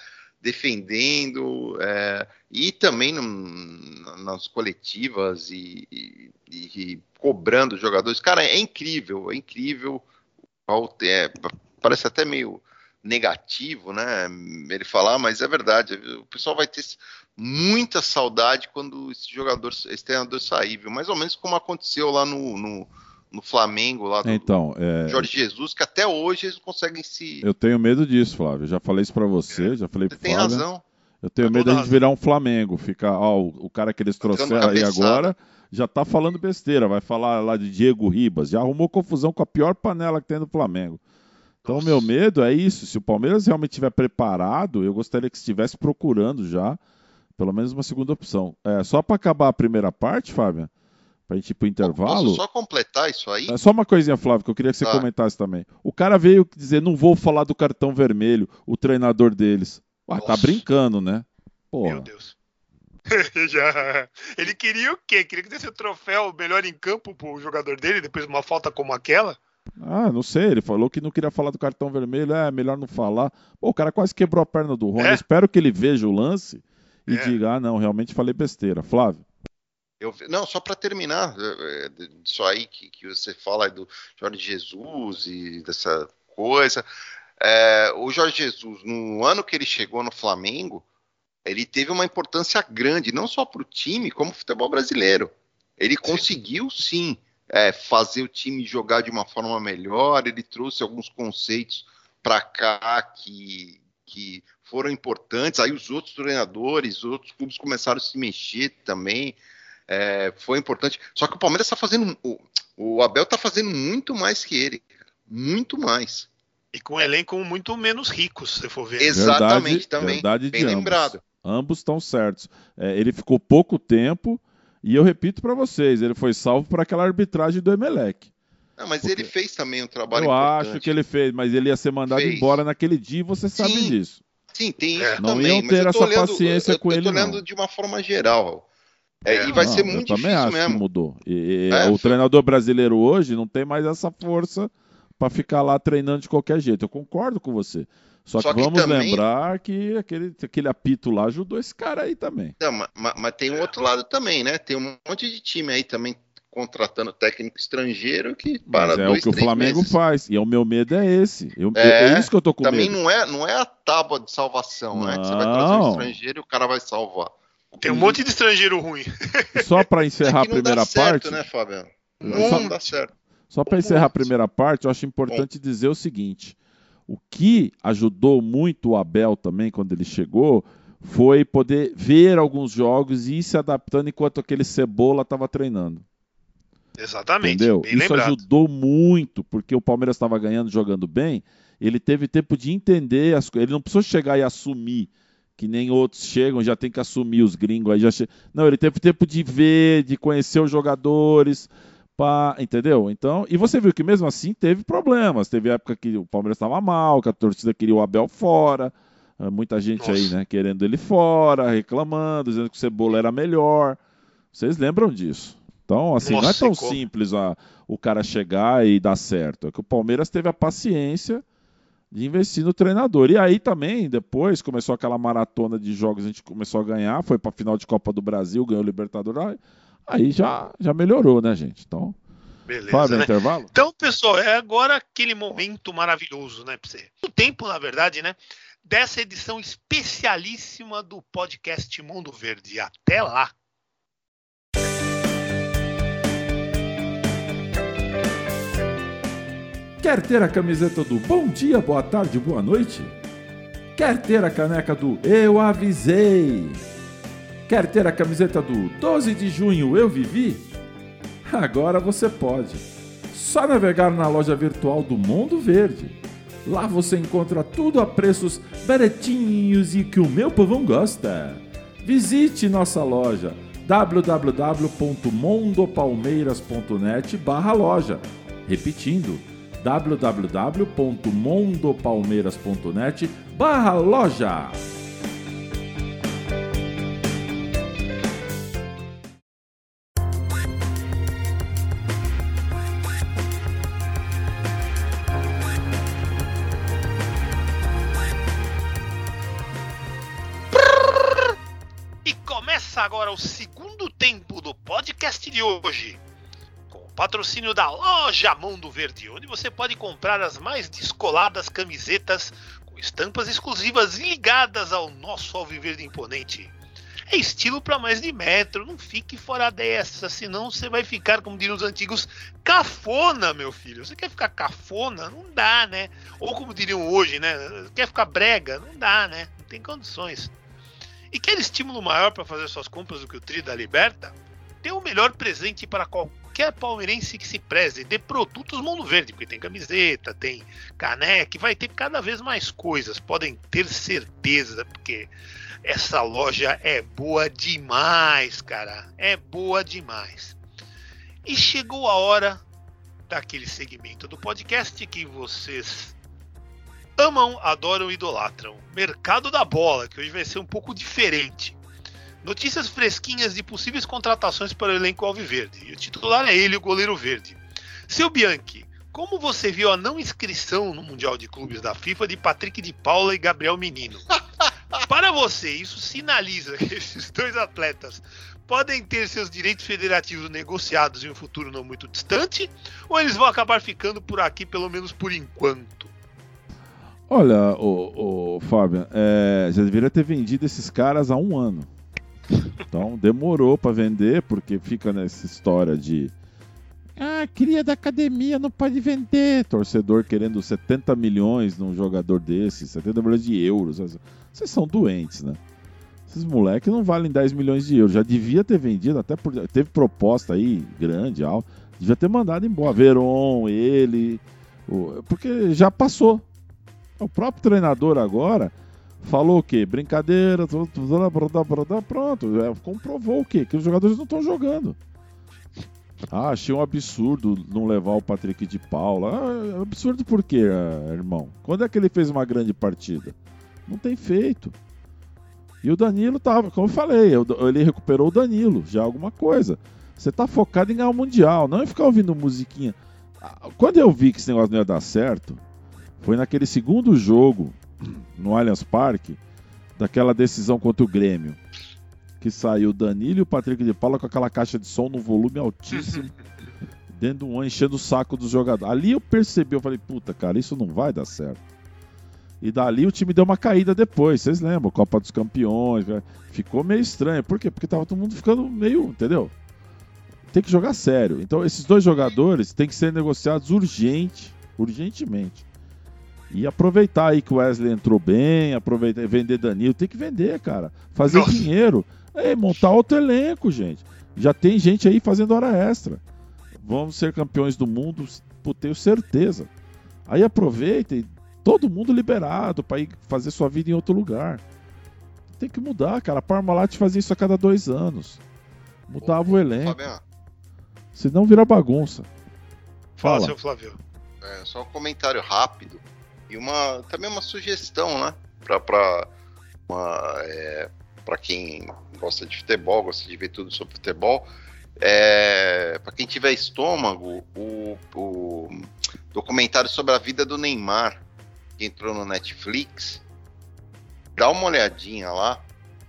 defendendo, é, e também no, nas coletivas e, e, e cobrando os jogadores. Cara, é incrível, é incrível. É, parece até meio negativo, né? Ele falar, mas é verdade. O pessoal vai ter muita saudade quando esse jogador, esse treinador sair, viu? Mais ou menos como aconteceu lá no, no, no Flamengo, lá do, então, é... Jorge Jesus, que até hoje eles não conseguem se... Eu tenho medo disso, Flávio. Eu já falei isso pra você, é. já falei pro Você tem Flávio. razão. Eu tenho medo da gente virar um Flamengo. Ficar, ó, o, o cara que eles trouxeram aí agora já tá falando besteira. Vai falar lá de Diego Ribas. Já arrumou confusão com a pior panela que tem do Flamengo. Então o meu medo é isso, se o Palmeiras realmente estiver preparado, eu gostaria que estivesse procurando já, pelo menos uma segunda opção. É, só para acabar a primeira parte, Fábio, para a gente ir pro intervalo... Posso só completar isso aí? É só uma coisinha, Flávio, que eu queria que você tá. comentasse também. O cara veio dizer, não vou falar do cartão vermelho, o treinador deles. Ué, tá brincando, né? Porra. Meu Deus. Já... Ele queria o quê? Queria que desse o troféu melhor em campo pro jogador dele, depois de uma falta como aquela? Ah, não sei, ele falou que não queria falar do cartão vermelho, é melhor não falar. Pô, o cara quase quebrou a perna do Rony. É? Espero que ele veja o lance e é. diga, ah, não, realmente falei besteira. Flávio? Eu, não, só para terminar, isso aí que, que você fala do Jorge Jesus e dessa coisa. É, o Jorge Jesus, no ano que ele chegou no Flamengo, ele teve uma importância grande, não só para o time, como o futebol brasileiro. Ele sim. conseguiu, sim, é, fazer o time jogar de uma forma melhor, ele trouxe alguns conceitos para cá que, que foram importantes, aí os outros treinadores, os outros clubes começaram a se mexer também, é, foi importante, só que o Palmeiras está fazendo, o, o Abel está fazendo muito mais que ele, muito mais. E com um elenco muito menos rico, se você for ver. Exatamente, verdade, também, verdade bem lembrado. Ambos, ambos estão certos, é, ele ficou pouco tempo. E eu repito para vocês, ele foi salvo por aquela arbitragem do Emelec. Não, mas Porque ele fez também um trabalho eu importante. Eu acho que ele fez, mas ele ia ser mandado fez. embora naquele dia e você sabe sim, disso. Sim, tem isso é. também. Não iam ter essa olhando, paciência eu, com eu ele, Eu tô olhando não. de uma forma geral. É, é, e vai não, ser muito eu difícil também acho mesmo. Que mudou. E, é, o foi... treinador brasileiro hoje não tem mais essa força para ficar lá treinando de qualquer jeito. Eu concordo com você. Só, Só que, que vamos também... lembrar que aquele, aquele apito lá ajudou esse cara aí também. Não, mas, mas tem um outro lado também, né? Tem um monte de time aí também contratando técnico estrangeiro que para mas é dois, o que o Flamengo meses. faz. E o meu medo é esse. Eu, é, eu, é isso que eu tô com também medo. Não é, não é a tábua de salvação, não. né? Que você vai trazer um estrangeiro e o cara vai salvar. Tem um monte de estrangeiro ruim. Só para encerrar é a primeira dá certo, parte... né, Fabiano? Não, só, não dá certo. Só para encerrar a primeira parte, eu acho importante Bom. dizer o seguinte. O que ajudou muito o Abel também, quando ele chegou, foi poder ver alguns jogos e ir se adaptando enquanto aquele Cebola estava treinando. Exatamente. Entendeu? Bem Isso lembrado. ajudou muito, porque o Palmeiras estava ganhando, jogando bem. Ele teve tempo de entender as coisas. Ele não precisou chegar e assumir, que nem outros chegam, já tem que assumir os gringos. Aí já che... Não, ele teve tempo de ver, de conhecer os jogadores... Pá, entendeu? Então, e você viu que mesmo assim teve problemas. Teve época que o Palmeiras estava mal, que a torcida queria o Abel fora. Muita gente Nossa. aí, né, querendo ele fora, reclamando, dizendo que o Cebola era melhor. Vocês lembram disso? Então, assim, Nossa, não é tão como? simples a, o cara chegar e dar certo. É que o Palmeiras teve a paciência de investir no treinador. E aí também, depois, começou aquela maratona de jogos, a gente começou a ganhar, foi para a final de Copa do Brasil, ganhou o Libertadores. Aí já, já melhorou, né, gente? Então, beleza, Fábio, né? intervalo? Então, pessoal, é agora aquele momento maravilhoso, né, pra você? O tempo, na verdade, né, dessa edição especialíssima do podcast Mundo Verde. Até lá! Quer ter a camiseta do Bom Dia, Boa Tarde, Boa Noite? Quer ter a caneca do Eu Avisei? Quer ter a camiseta do doze de junho Eu Vivi? Agora você pode. Só navegar na loja virtual do Mundo Verde. Lá você encontra tudo a preços baratinhos e que o meu povão gosta. Visite nossa loja w w w ponto mondopalmeiras ponto net barra loja. Repetindo, w w w ponto mondopalmeiras ponto net barra loja. Agora o segundo tempo do podcast de hoje, com o patrocínio da loja Mundo Verde, onde você pode comprar as mais descoladas camisetas com estampas exclusivas ligadas ao nosso alviverde imponente. É estilo para mais de metro, não fique fora dessa, senão você vai ficar, como diriam os antigos, cafona, meu filho. Você quer ficar cafona? Não dá, né? Ou como diriam hoje, né? Quer ficar brega? Não dá, né? Não tem condições. E quer estímulo maior para fazer suas compras do que o Tri da Liberta? Tem o melhor presente para qualquer qualquer palmeirense que se preze de produtos Mundo Verde, porque tem camiseta, tem caneca, vai ter cada vez mais coisas, podem ter certeza, porque essa loja é boa demais, cara, é boa demais. E chegou a hora daquele segmento do podcast que vocês amam, adoram e idolatram, Mercado da Bola, que hoje vai ser um pouco diferente. Notícias fresquinhas de possíveis contratações para o elenco alviverde. E o titular é ele, o goleiro verde. Seu Bianchi, como você viu a não inscrição no Mundial de Clubes da FIFA de Patrick de Paula e Gabriel Menino? Para você, isso sinaliza que esses dois atletas podem ter seus direitos federativos negociados em um futuro não muito distante? Ou eles vão acabar ficando por aqui, pelo menos por enquanto? Olha, o, o Fábio, é, já deveria ter vendido esses caras há um ano. Então demorou para vender, porque fica nessa história de ah, cria da academia, não pode vender. Torcedor querendo setenta milhões num jogador desse, setenta milhões de euros. Vocês são doentes, né? Esses moleques não valem dez milhões de euros. Já devia ter vendido, até por, teve proposta aí grande, alta. Devia ter mandado embora. Veron, ele, o, porque já passou. O próprio treinador agora falou o quê? Brincadeira, pronto. É, comprovou o quê? Que os jogadores não estão jogando. Ah, achei um absurdo não levar o Patrick de Paula. Ah, absurdo por quê, irmão? Quando é que ele fez uma grande partida? Não tem feito. E o Danilo tava, como eu falei, ele recuperou o Danilo, já alguma coisa. Você tá focado em ganhar o Mundial, não em ficar ouvindo musiquinha. Quando eu vi que esse negócio não ia dar certo, foi naquele segundo jogo no Allianz Parque, daquela decisão contra o Grêmio, que saiu o Danilo e o Patrick de Paula com aquela caixa de som no volume altíssimo, dentro de um enchendo o saco dos jogadores. Ali eu percebi, eu falei, puta, cara, isso não vai dar certo. E dali o time deu uma caída depois, vocês lembram? Copa dos Campeões, ficou meio estranho. Por quê? Porque tava todo mundo ficando meio, entendeu? Tem que jogar sério. Então esses dois jogadores têm que ser negociados urgente, urgentemente. E aproveitar aí que o Wesley entrou bem, aproveitar vender Danilo, tem que vender, cara. Fazer Nossa. dinheiro. É, montar outro elenco, gente. Já tem gente aí fazendo hora extra. Vamos ser campeões do mundo, por tenho certeza. Aí aproveita e todo mundo liberado para ir fazer sua vida em outro lugar. Tem que mudar, cara. A Parmalat fazia isso a cada dois anos. Mudava ô, o elenco. Fabiano. Senão vira bagunça. Fala, Fala. seu Flávio. É, só um comentário rápido. E uma, também uma sugestão, né? Pra, pra, uma, é, pra quem gosta de futebol, gosta de ver tudo sobre futebol. É, pra quem tiver estômago, o, o documentário sobre a vida do Neymar, que entrou no Netflix, dá uma olhadinha lá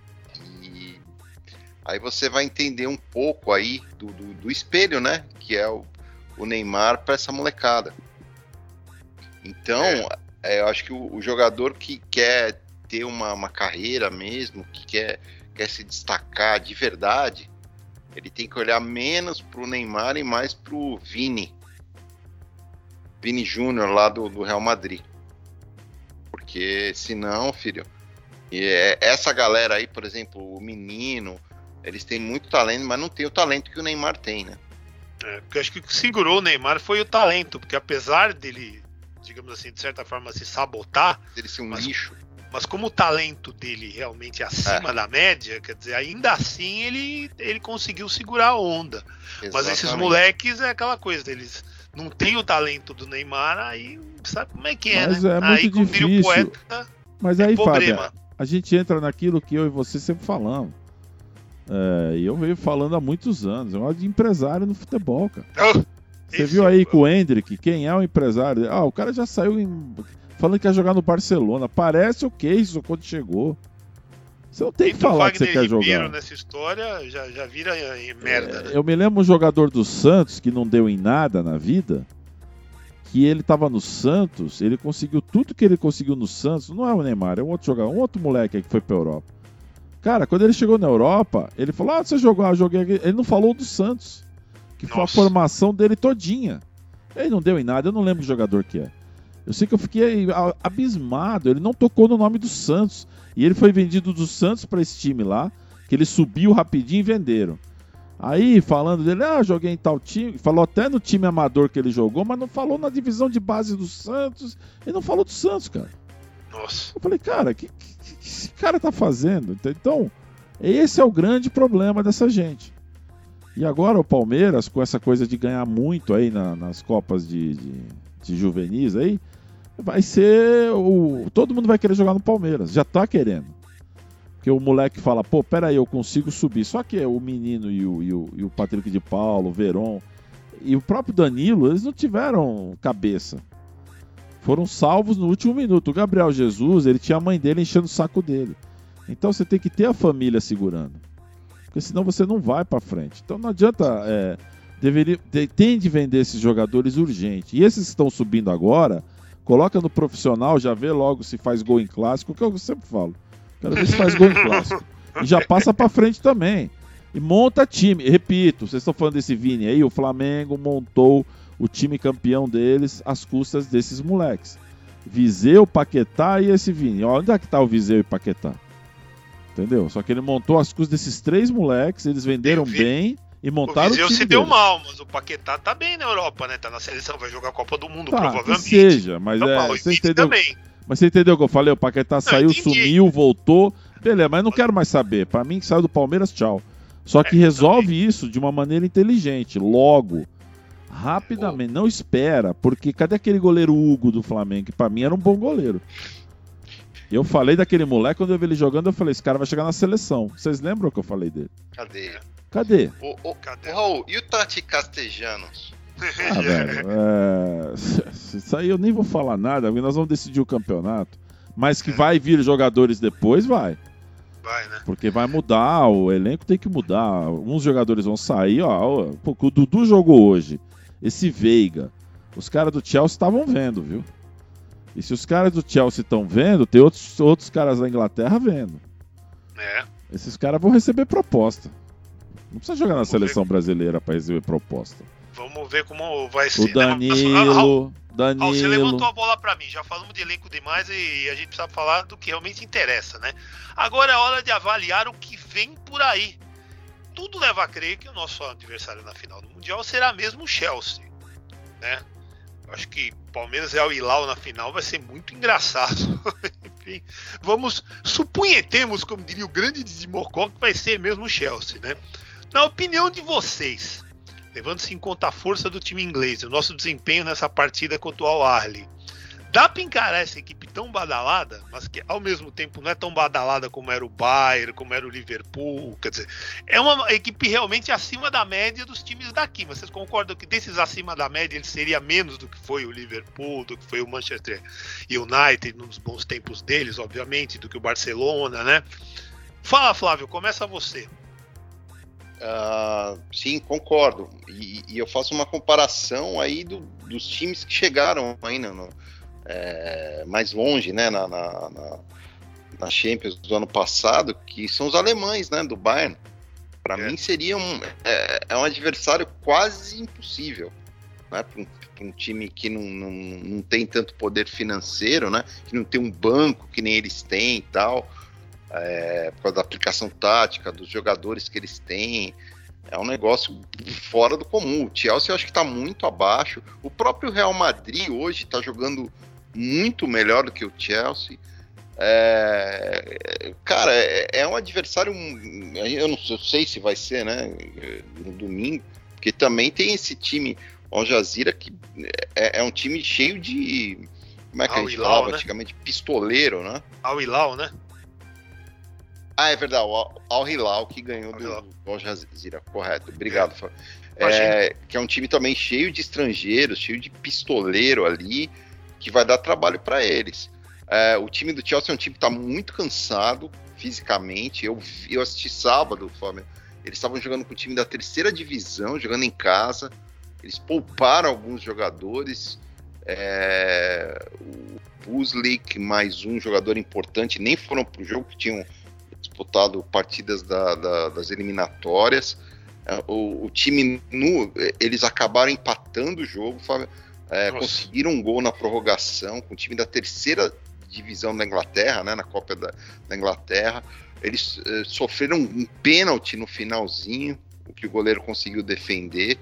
e aí você vai entender um pouco aí do, do, do espelho, né? Que é o, o Neymar para essa molecada. Então, é, eu acho que o, o jogador que quer ter uma, uma carreira mesmo, que quer, quer se destacar de verdade, ele tem que olhar menos pro Neymar e mais pro Vini. Vini Júnior lá do, do Real Madrid. Porque senão, filho, e é, essa galera aí, por exemplo, o Menino, eles têm muito talento, mas não tem o talento que o Neymar tem, né? É, porque eu acho que o que segurou o Neymar foi o talento, porque apesar dele, digamos assim, de certa forma se sabotar, ele ser um mas, lixo. Mas como o talento dele realmente é acima é. da média, quer dizer, ainda assim ele, ele conseguiu segurar a onda. Exatamente. Mas esses moleques é aquela coisa, eles não têm o talento do Neymar, aí sabe como é que é, mas né? É muito aí difícil. Como diria o poeta, mas aí, é Fábio, a gente entra naquilo que eu e você sempre falamos. É, e eu venho falando há muitos anos. É uma de empresário no futebol, cara. Oh, você viu aí com o Endrick, quem é o empresário? Ah, o cara já saiu em... falando que ia jogar no Barcelona. Parece o que isso quando chegou. Você não tem que então, falar Wagner que você quer Ribeiro jogar. Nessa história já, já vira em merda. É, né? Eu me lembro um jogador do Santos que não deu em nada na vida, que ele tava no Santos, ele conseguiu tudo que ele conseguiu no Santos. Não é o Neymar, é um outro jogador, um outro moleque aí que foi pra Europa. Cara, quando ele chegou na Europa, ele falou, ah, você jogou, ah, joguei aqui. Ele não falou do Santos, que Nossa. foi a formação dele todinha. Ele não deu em nada, eu não lembro que jogador que é. Eu sei que eu fiquei abismado, ele não tocou no nome do Santos. E ele foi vendido do Santos para esse time lá, que ele subiu rapidinho e venderam. Aí, falando dele, ah, joguei em tal time, falou até no time amador que ele jogou, mas não falou na divisão de base do Santos, e não falou do Santos, cara. Nossa. Eu falei, cara, o que, que, que esse cara tá fazendo? Então, esse é o grande problema dessa gente. E agora o Palmeiras, com essa coisa de ganhar muito aí na, nas Copas de, de, de juvenis aí, vai ser o... todo mundo vai querer jogar no Palmeiras, já tá querendo. Porque o moleque fala, pô, peraí, eu consigo subir. Só que o menino e o, e o, e o Patrick de Paulo, o Verón e o próprio Danilo, eles não tiveram cabeça. Foram salvos no último minuto. O Gabriel Jesus, ele tinha a mãe dele enchendo o saco dele. Então você tem que ter a família segurando. Porque senão você não vai pra frente. Então não adianta... É, deveria, tem de vender esses jogadores urgente. E esses que estão subindo agora, coloca no profissional, já vê logo se faz gol em clássico, que eu sempre falo. Quero ver se faz gol em clássico. E já passa pra frente também. E monta time. Repito, vocês estão falando desse Vini aí, o Flamengo montou o time campeão deles às custas desses moleques. Viseu, Paquetá e esse Vini. Ó, onde é que tá o Viseu e Paquetá? Entendeu? Só que ele montou às custas desses três moleques, eles venderam bem e montaram o time. O Viseu se deles. deu mal, mas o Paquetá tá bem na Europa, né? Tá na seleção, vai jogar a Copa do Mundo, tá, provavelmente. Que seja, mas então, é, Paulo, você entendeu? Também. Mas você entendeu o que eu falei? O Paquetá não, saiu, entendi. Sumiu, voltou. Beleza, mas não quero mais saber. Pra mim, que saiu do Palmeiras, tchau. Só que é, resolve também. Isso de uma maneira inteligente, logo, rapidamente. Não espera, porque cadê aquele goleiro Hugo do Flamengo? Que pra mim era um bom goleiro. Eu falei daquele moleque, quando eu vi ele jogando, eu falei, esse cara vai chegar na seleção. Vocês lembram o que eu falei dele? Cadê? Cadê? O, o, Cadê? Raul, e o Tati Castellanos? Ah, velho, é... isso aí eu nem vou falar nada, porque nós vamos decidir o campeonato. Mas que é. Vai vir jogadores depois, vai. Vai, né? Porque vai mudar, o elenco tem que mudar. Uns jogadores vão sair, ó. Pô, o Dudu jogou hoje. Esse Veiga. Os caras do Chelsea estavam vendo, viu? E se os caras do Chelsea estão vendo, tem outros, outros caras da Inglaterra vendo. É. Esses caras vão receber proposta. Não precisa jogar na Vamos seleção ver. brasileira para receber proposta. Vamos ver como vai ser. O Danilo, né? Danilo. Raul, você levantou a bola pra mim. Já falamos de elenco demais e a gente precisa falar do que realmente interessa, né? Agora é hora de avaliar o que vem por aí. Tudo leva a crer que o nosso adversário na final do Mundial será mesmo o Chelsea, né? Acho que Palmeiras e Al Hilal na final vai ser muito engraçado. Enfim, vamos, supunhetemos, como diria o grande Didi Mocó, que vai ser mesmo o Chelsea, né? Na opinião de vocês, levando-se em conta a força do time inglês, o nosso desempenho nessa partida contra o Al Ahly, dá pra encarar essa equipe tão badalada, mas que ao mesmo tempo não é tão badalada como era o Bayern, como era o Liverpool, quer dizer, é uma equipe realmente acima da média dos times daqui, mas vocês concordam que desses acima da média ele seria menos do que foi o Liverpool, do que foi o Manchester United nos bons tempos deles, obviamente, do que o Barcelona, né? Fala, Flávio, começa você. Uh, sim, concordo. E, e eu faço uma comparação aí do, dos times que chegaram ainda no, é, mais longe, né, na, na, na, na Champions do ano passado, que são os alemães, né, do Bayern. Para é. mim seria um, é, é um adversário quase impossível, né, para um, um time que não, não, não tem tanto poder financeiro, né, que não tem um banco que nem eles têm e tal. É, por causa da aplicação tática, dos jogadores que eles têm, é um negócio fora do comum. O Chelsea eu acho que está muito abaixo. O próprio Real Madrid hoje está jogando muito melhor do que o Chelsea. É, cara, é, é um adversário, eu não sei se vai ser, né, no domingo, porque também tem esse time Al Jazeera que é, é um time cheio de, como é que Al a gente Hilal, falava, né? Antigamente, pistoleiro, né? Al Hilal, né? Ah, é verdade, o Al Hilal que ganhou do, do Al Jazeera, correto, obrigado. É. É, que é um time também cheio de estrangeiros, cheio de pistoleiro ali, que vai dar trabalho para eles. É, o time do Chelsea é um time que está muito cansado fisicamente. Eu, eu assisti sábado, Fábio, eles estavam jogando com o time da terceira divisão, jogando em casa. Eles pouparam alguns jogadores. É, o Puslik, mais um jogador importante, nem foram para o jogo, que tinham disputado partidas da, da, das eliminatórias. O, o time, no, eles acabaram empatando o jogo, é, conseguiram um gol na prorrogação com o time da terceira divisão da Inglaterra, né, na Copa da, da Inglaterra. Eles é, sofreram um pênalti no finalzinho, o que o goleiro conseguiu defender.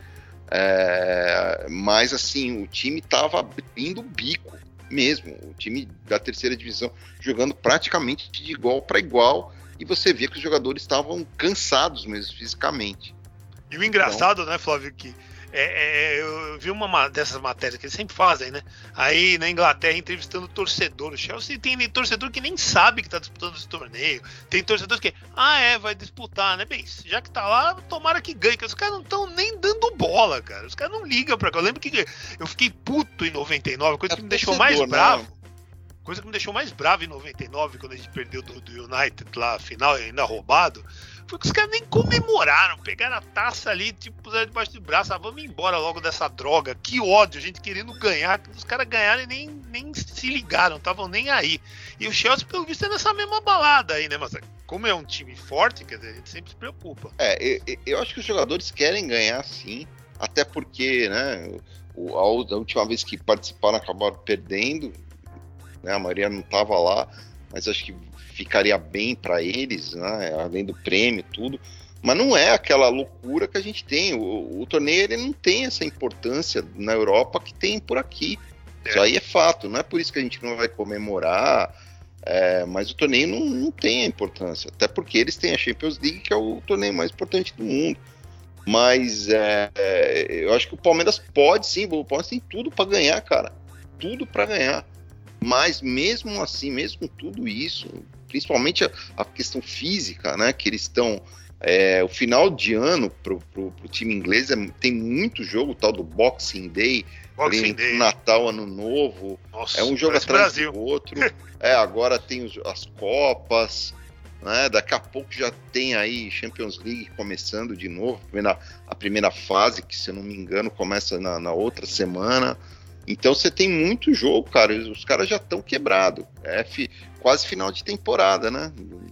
É, mas assim, o time estava abrindo o bico mesmo, o time da terceira divisão jogando praticamente de igual para igual, e você via que os jogadores estavam cansados mesmo fisicamente. E o engraçado, então, né, Flávio, que é, é, eu vi uma dessas matérias que eles sempre fazem, né? Aí na Inglaterra entrevistando torcedor. O Chelsea tem torcedor que nem sabe que tá disputando esse torneio. Tem torcedor que, ah, é, vai disputar, né? Bem, já que tá lá, tomara que ganhe. Os caras não estão nem dando bola, cara. Os caras não ligam pra cá. Eu lembro que eu fiquei puto em noventa e nove, coisa é que me deixou torcedor, mais bravo. Né? Coisa que me deixou mais bravo em noventa e nove, quando a gente perdeu do, do United lá, a final, ainda roubado. Foi que os caras nem comemoraram, pegaram a taça ali, tipo, puseram debaixo do braço, ah, vamos embora logo dessa droga, que ódio, a gente querendo ganhar, os caras ganharam e nem, nem se ligaram, estavam nem aí. E o Chelsea, pelo visto, é nessa mesma balada aí, né, mas como é um time forte, quer dizer, a gente sempre se preocupa. É, eu, eu acho que os jogadores querem ganhar sim, até porque, né, o, a, a última vez que participaram acabaram perdendo, né, a maioria não estava lá, mas acho que ficaria bem para eles, né, além do prêmio e tudo, mas não é aquela loucura que a gente tem. O, o torneio ele não tem essa importância na Europa que tem por aqui. É. Isso aí é fato, não é por isso que a gente não vai comemorar, é, mas o torneio não, não tem a importância, até porque eles têm a Champions League, que é o torneio mais importante do mundo. Mas é, é, eu acho que o Palmeiras pode sim, o Palmeiras tem tudo para ganhar, cara, tudo para ganhar. Mas mesmo assim, mesmo com tudo isso, principalmente a, a questão física, né, que eles estão, é, o final de ano pro, pro, pro time inglês é, tem muito jogo, tal do Boxing Day, Boxing Day. Natal, Ano Novo. Nossa, é um jogo atrás Brasil. do outro. É, agora tem os, as Copas, né, daqui a pouco já tem aí Champions League começando de novo, a primeira, a primeira fase, que se eu não me engano começa na, na outra semana. Então você tem muito jogo, cara, os caras já estão quebrados, é fi, quase final de temporada, né,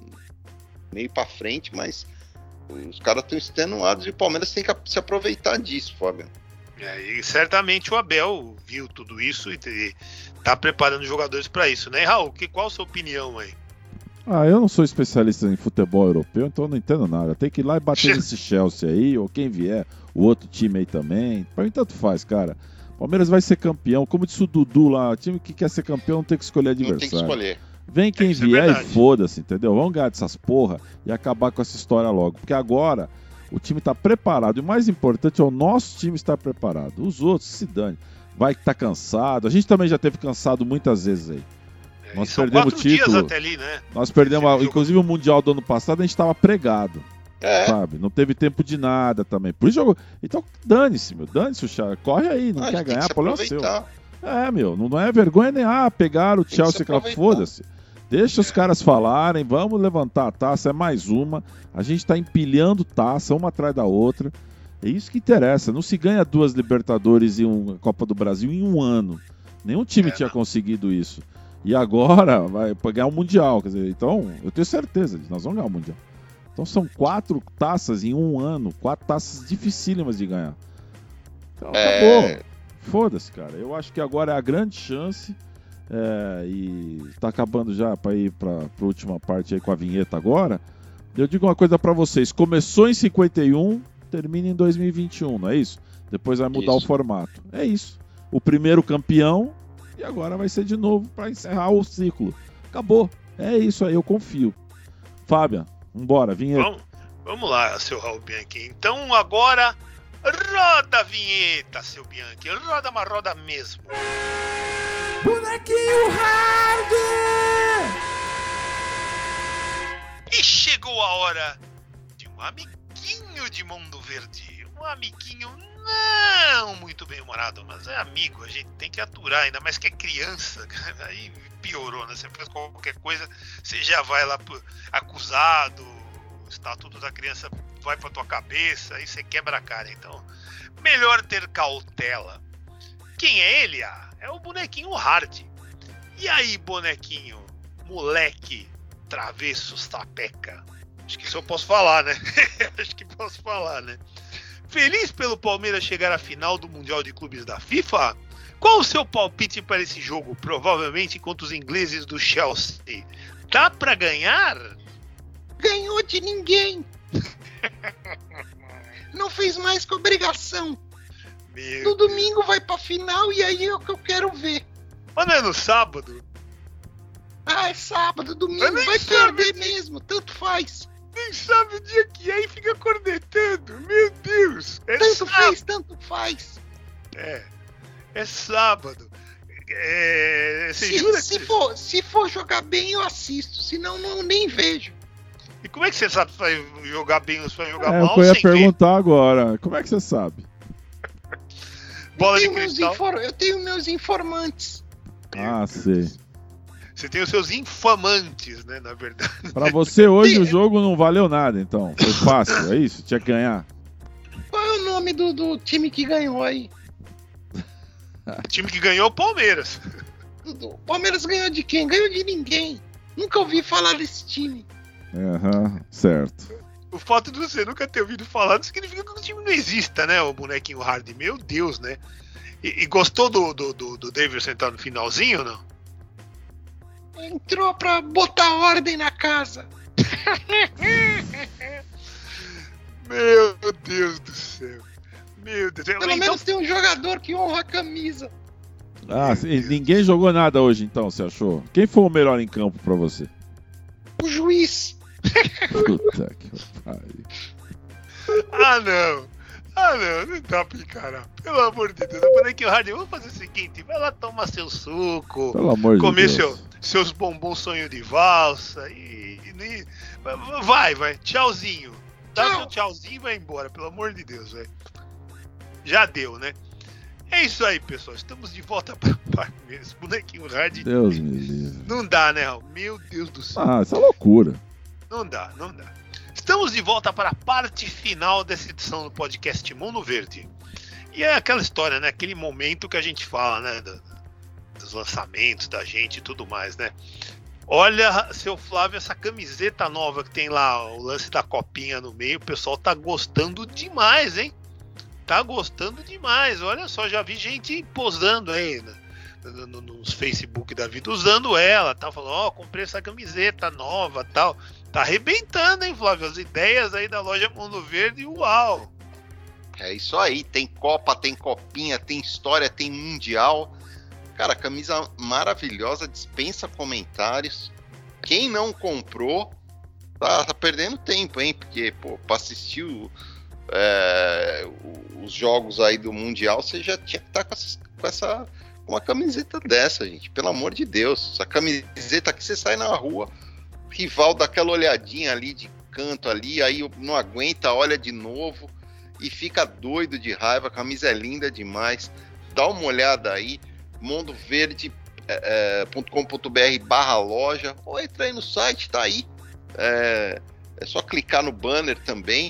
meio pra frente, mas os caras estão extenuados e o Palmeiras tem que se aproveitar disso, Fábio. É, e certamente o Abel viu tudo isso e tá preparando os jogadores para isso, né, Raul? Que, qual a sua opinião aí? Ah, eu não sou especialista em futebol europeu, então eu não entendo nada. Tem que ir lá e bater nesse Chelsea aí, ou quem vier, o outro time aí também. Pra mim tanto faz, cara. Palmeiras vai ser campeão, como disse o Dudu lá, o time que quer ser campeão não tem que escolher adversário. Não tem que escolher. Vem quem vier e foda-se, entendeu? Vamos ganhar dessas porra e acabar com essa história logo. Porque agora o time tá preparado. E o mais importante é o nosso time estar preparado. Os outros, se dane. Vai que tá cansado. A gente também já teve cansado muitas vezes aí. É, Nós perdemos o título. Até ali, né? Nós perdemos, inclusive o Mundial do ano passado, a gente tava pregado. É. Sabe? Não teve tempo de nada também. Por isso jogou. Então, dane-se, meu. Dane-se o Chelsea. Corre aí, não ah, quer ganhar, problema seu. É, meu. Não é vergonha nem. Ah, pegaram o Chelsea, que foda-se. Deixa é. os caras falarem. Vamos levantar a taça. É mais uma. A gente tá empilhando taça, uma atrás da outra. É isso que interessa. Não se ganha duas Libertadores e uma Copa do Brasil em um ano. Nenhum time é, tinha não. conseguido isso. E agora vai ganhar o Mundial. Quer dizer, então, eu tenho certeza de nós vamos ganhar o Mundial. Então são quatro taças em um ano, quatro taças dificílimas de ganhar. Então é... acabou. Foda-se, cara. Eu acho que agora é a grande chance. É, e tá acabando já para ir para a última parte aí com a vinheta agora. Eu digo uma coisa para vocês: começou em cinquenta e um, termina em dois mil e vinte e um, não é isso? Depois vai mudar isso. o formato. É isso. O primeiro campeão e agora vai ser de novo para encerrar o ciclo. Acabou. É isso aí, eu confio. Fábio. Vambora, vinheta. Vamos, vamos lá, seu Raul Bianchi. Então agora, roda a vinheta, seu Bianchi. Roda uma roda mesmo. Bonequinho Hard! E chegou a hora de um amiguinho de Mundo Verde. Um amiguinho não muito bem humorado, mas é amigo. A gente tem que aturar, ainda mais que é criança. Aí piorou, né? Você faz qualquer coisa, você já vai lá pro acusado, o estatuto da criança vai pra tua cabeça, aí você quebra a cara. Então, melhor ter cautela. Quem é ele? Ah, é o bonequinho Hard. E aí, bonequinho, moleque, travesso, sapeca? Acho que isso eu posso falar, né? Acho que posso falar, né? Feliz pelo Palmeiras chegar à final do Mundial de Clubes da FIFA? Qual o seu palpite para esse jogo? Provavelmente contra os ingleses do Chelsea. Dá pra ganhar? Ganhou de ninguém. não fez mais que obrigação. Meu No domingo vai pra final e aí é o que eu quero ver. Mas não é no sábado? Ah, é sábado, domingo, Eu nem vai sabe. perder mesmo, tanto faz. Nem sabe o dia que é e fica cornetando. Meu Deus. É Tanto sábado. fez, tanto faz. É. É sábado. É... Você Se, jura se, que... for, se for jogar bem, eu assisto, senão não, nem vejo. E como é que você sabe se vai jogar bem ou se vai jogar É mal o que eu ia sem ver? perguntar agora. Como é que você sabe? Bola eu, de tenho meus cristal. infor- eu tenho meus informantes. Ah, sei. Você tem os seus infamantes, né, na verdade. Pra você hoje o jogo não valeu nada, então. Foi fácil, é isso? Tinha que ganhar. Qual é o nome do, do time que ganhou aí? O time que ganhou é o Palmeiras. O Palmeiras ganhou de quem? Ganhou de ninguém. Nunca ouvi falar desse time. Aham, certo. O fato de você nunca ter ouvido falar não significa que o time não exista, né, o bonequinho Hard. Meu Deus, né? E, e gostou do, do, do, do Davidson entrar no finalzinho ou não? Entrou pra botar ordem na casa. Meu Deus do céu. Meu Deus. Pelo Então, menos tem um jogador que honra a camisa. Ah, sim, ninguém jogou nada hoje, então, você achou? Quem foi o melhor em campo pra você? O juiz. Puta que pariu. Ah, não. Ah, não. Não dá pra encarar. Pelo amor de Deus. O bonequinho Hard, vamos fazer o seguinte. Vai lá tomar seu suco. Pelo amor de Comer Deus. seu, seus bombons sonho de valsa. E, e, e vai, vai. Tchauzinho. Dá Tchau. seu tchauzinho e vai embora. Pelo amor de Deus, velho. Já deu, né? É isso aí, pessoal. Estamos de volta pra Palmeiras. Bonequinho Hard. Deus me livre. Não dá, né, Raul? Meu Deus do céu. Ah, isso é loucura. Não dá, não dá. Estamos de volta para a parte final dessa edição do podcast Mundo Verde. E é aquela história, né? Aquele momento que a gente fala, né? do- dos lançamentos da gente e tudo mais, né? Olha, seu Flávio, essa camiseta nova que tem lá, o lance da copinha no meio, o pessoal tá gostando demais, hein? Tá gostando demais. Olha só, já vi gente posando aí, né? no- no- nos Facebook da vida, usando ela, tá falando, ó, comprei essa camiseta nova, tal. Tá arrebentando, hein, Flávio? As ideias aí da loja Mundo Verde, uau! É isso aí. Tem Copa, tem Copinha, tem história, tem Mundial. Cara, camisa maravilhosa, dispensa comentários. Quem não comprou, tá, tá perdendo tempo, hein? Porque, pô, pra assistir o- é, os jogos aí do Mundial, você já tinha que estar com essa, com essa uma camiseta dessa, gente. Pelo amor de Deus. Essa camiseta que você sai na rua, rival dá aquela olhadinha ali de canto ali, aí não aguenta, olha de novo e fica doido de raiva. A camisa é linda demais. Dá uma olhada aí, mondoverde ponto com ponto b r barra loja, ou entra aí no site, tá aí. É, é só clicar no banner também.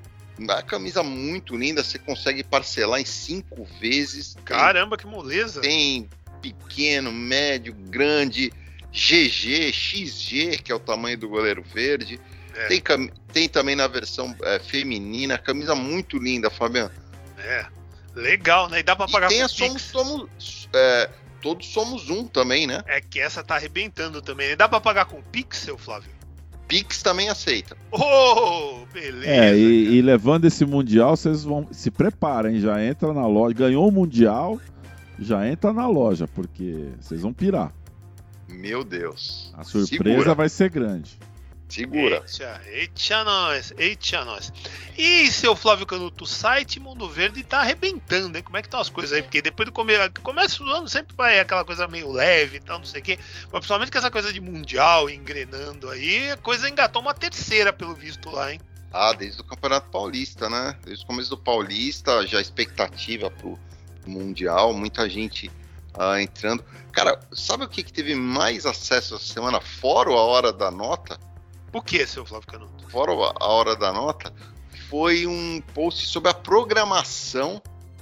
A camisa muito linda, você consegue parcelar em cinco vezes. Tem- Caramba, que moleza! Tem pequeno, médio, grande, G G, X G, que é o tamanho do goleiro verde. É. Tem, cam- tem também na versão é, feminina, camisa muito linda, Fabiano. É, legal, né? E dá pra E pagar tem com a Somos, Pix. somos é, Todos Somos Um também, né? É que essa tá arrebentando também. Dá pra pagar com Pixel, Flávio? Pix também aceita. Oh, beleza! É, e, cara. e levando esse Mundial, vocês vão. Se preparem, já entra na loja. Ganhou o Mundial, já entra na loja, porque vocês vão pirar. Meu Deus. A surpresa Segura. vai ser grande. Segura. Eita, eita nós, eita nós. E seu Flávio Canuto, o site Mundo Verde tá arrebentando, hein? Como é que estão as coisas aí? Porque depois do come... começo do ano sempre vai aquela coisa meio leve e tal, não sei o quê. Mas principalmente com essa coisa de mundial engrenando aí, a coisa engatou uma terceira, pelo visto lá, hein? Ah, desde o Campeonato Paulista, né? Desde o começo do Paulista, já expectativa pro Mundial, muita gente ah, entrando. Cara, sabe o que, que teve mais acesso essa semana, fora a hora da nota? O que, seu Flávio Canuto? Fora a hora da nota, foi um post sobre a programação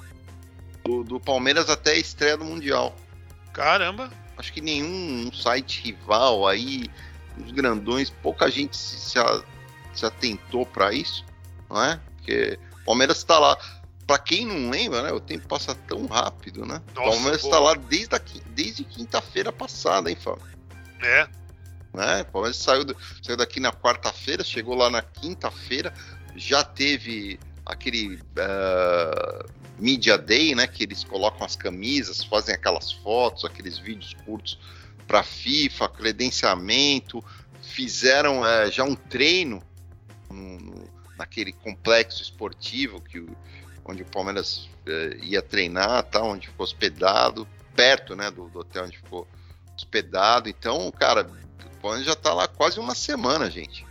do, do Palmeiras até a estreia do Mundial. Caramba! Acho que nenhum site rival aí, os grandões, pouca gente se, se, a- se atentou para isso, não é? Porque o Palmeiras está lá. Para quem não lembra, né? O tempo passa tão rápido, né? Nossa, o Palmeiras boa. está lá desde, a, qui- desde quinta-feira passada, hein, Fábio? É, Né? O Palmeiras saiu, do- saiu daqui na quarta-feira, chegou lá na quinta-feira, já teve aquele uh, Media Day, né? Que eles colocam as camisas, fazem aquelas fotos, aqueles vídeos curtos para FIFA, credenciamento, fizeram uh, já um treino no, no, naquele complexo esportivo que o, onde o Palmeiras uh, ia treinar, tá, onde ficou hospedado, perto, né, do, do hotel onde ficou hospedado. Então, cara, o Palmeiras já tá lá quase uma semana, gente.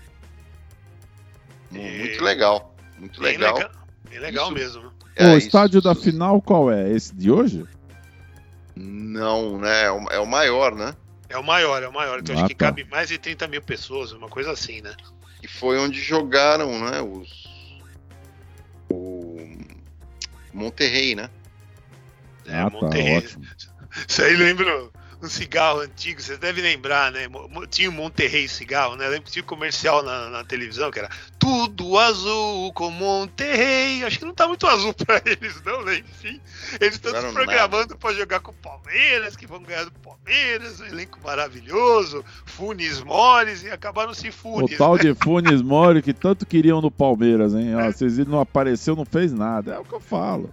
Muito e... legal, muito bem legal. legal. Bem legal isso, mesmo. É, o estádio isso, da isso. final qual é? Esse de hoje? Não, né? É o, é o maior, né? É o maior, é o maior. Então ah, acho que tá. cabe mais de trinta mil pessoas, uma coisa assim, né? E foi onde jogaram, né? Os. O. Monterrey, né? É, ah, Monterrey. Tá, ótimo. Isso aí lembra um cigarro antigo, vocês devem lembrar, né? Tinha o Monterrey cigarro, né? Lembro que tinha um comercial na, na televisão que era tudo azul com Monterrey. Acho que não tá muito azul pra eles, não, né? Enfim, eles estão se programando pra jogar com o Palmeiras, que vão ganhar do Palmeiras, um elenco maravilhoso, Funes Mori, e acabaram se Funes. O tal né? de Funes Mori que tanto queriam no Palmeiras, hein? Ó, vocês viram, não apareceu, não fez nada. É o que eu falo.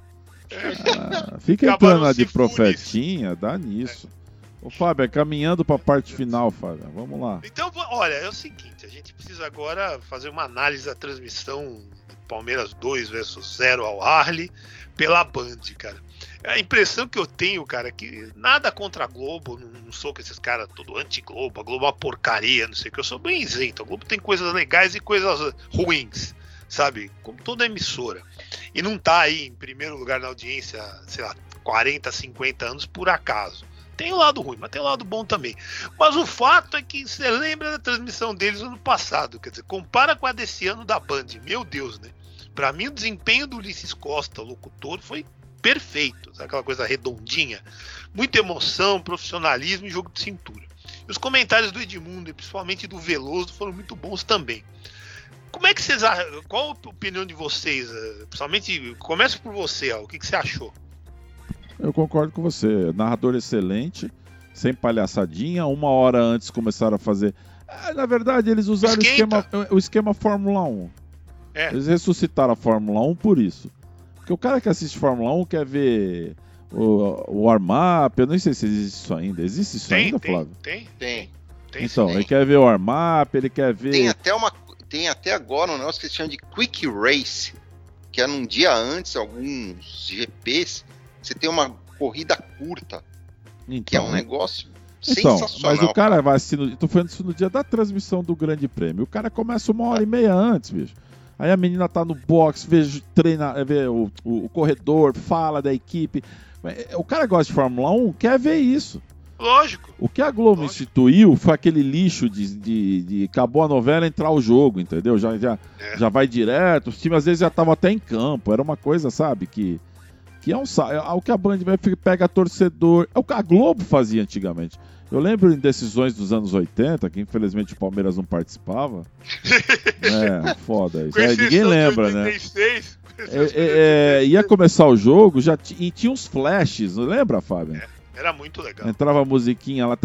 Ah, fica entrando lá de profetinha, dá nisso. É. Ô Fábio, é caminhando para a parte final, Fábio. Vamos lá. Então, olha, é o seguinte, a gente precisa agora fazer uma análise da transmissão do Palmeiras dois versus zero ao Arly pela Band, cara. A impressão que eu tenho, cara, é que nada contra a Globo, não, não sou com esses caras todo anti-Globo, a Globo é uma porcaria, não sei o que, eu sou bem isento. A Globo tem coisas legais e coisas ruins, sabe? Como toda emissora. E não tá aí em primeiro lugar na audiência, sei lá, quarenta, cinquenta anos por acaso. Tem o lado ruim, mas tem o lado bom também. Mas o fato é que você lembra da transmissão deles no ano passado, quer dizer, compara com a desse ano da Band, meu Deus, né? Pra mim o desempenho do Ulisses Costa, o locutor, foi perfeito, sabe? Aquela coisa redondinha, muita emoção, profissionalismo e jogo de cintura. E os comentários do Edmundo e principalmente do Veloso foram muito bons também. Como é que vocês acham? Qual a opinião de vocês? Principalmente, começa por você, ó, o que, que você achou? Eu concordo com você. Narrador excelente, sem palhaçadinha. Uma hora antes começaram a fazer. Ah, na verdade, eles usaram o esquema, o esquema Fórmula um. É. Eles ressuscitaram a Fórmula um por isso. Porque o cara que assiste Fórmula um quer ver o, o warm-up. Eu não sei se existe isso ainda. Existe isso tem, ainda, tem, Flávio? Tem, tem. tem então, tem. ele quer ver o warm-up, ele quer ver. Tem até, uma, tem até agora um negócio que eles chamam de Quick Race, que é num dia antes, alguns G Ps. Você tem uma corrida curta, então, que é um negócio então, sensacional. Mas o cara vai assistir, tô falando isso no dia da transmissão do Grande Prêmio. O cara começa uma hora e meia antes, bicho. Aí a menina tá no box, vê, treina, vê o, o, o corredor, fala da equipe. O cara gosta de Fórmula um, quer ver isso. Lógico. O que a Globo Lógico. instituiu foi aquele lixo de, de, de acabou a novela, entrar o jogo, entendeu? Já, já, é. já vai direto, os times às vezes já estavam até em campo. Era uma coisa, sabe, que... que é um é o que a Band pega torcedor, é o que a Globo fazia antigamente. Eu lembro em decisões dos anos oitenta, que infelizmente o Palmeiras não participava. É, foda isso. É, ninguém lembra, né? É, é, ia começar o jogo, já t- e tinha uns flashes, não lembra, Fábio? É, era muito legal. Entrava a musiquinha lá,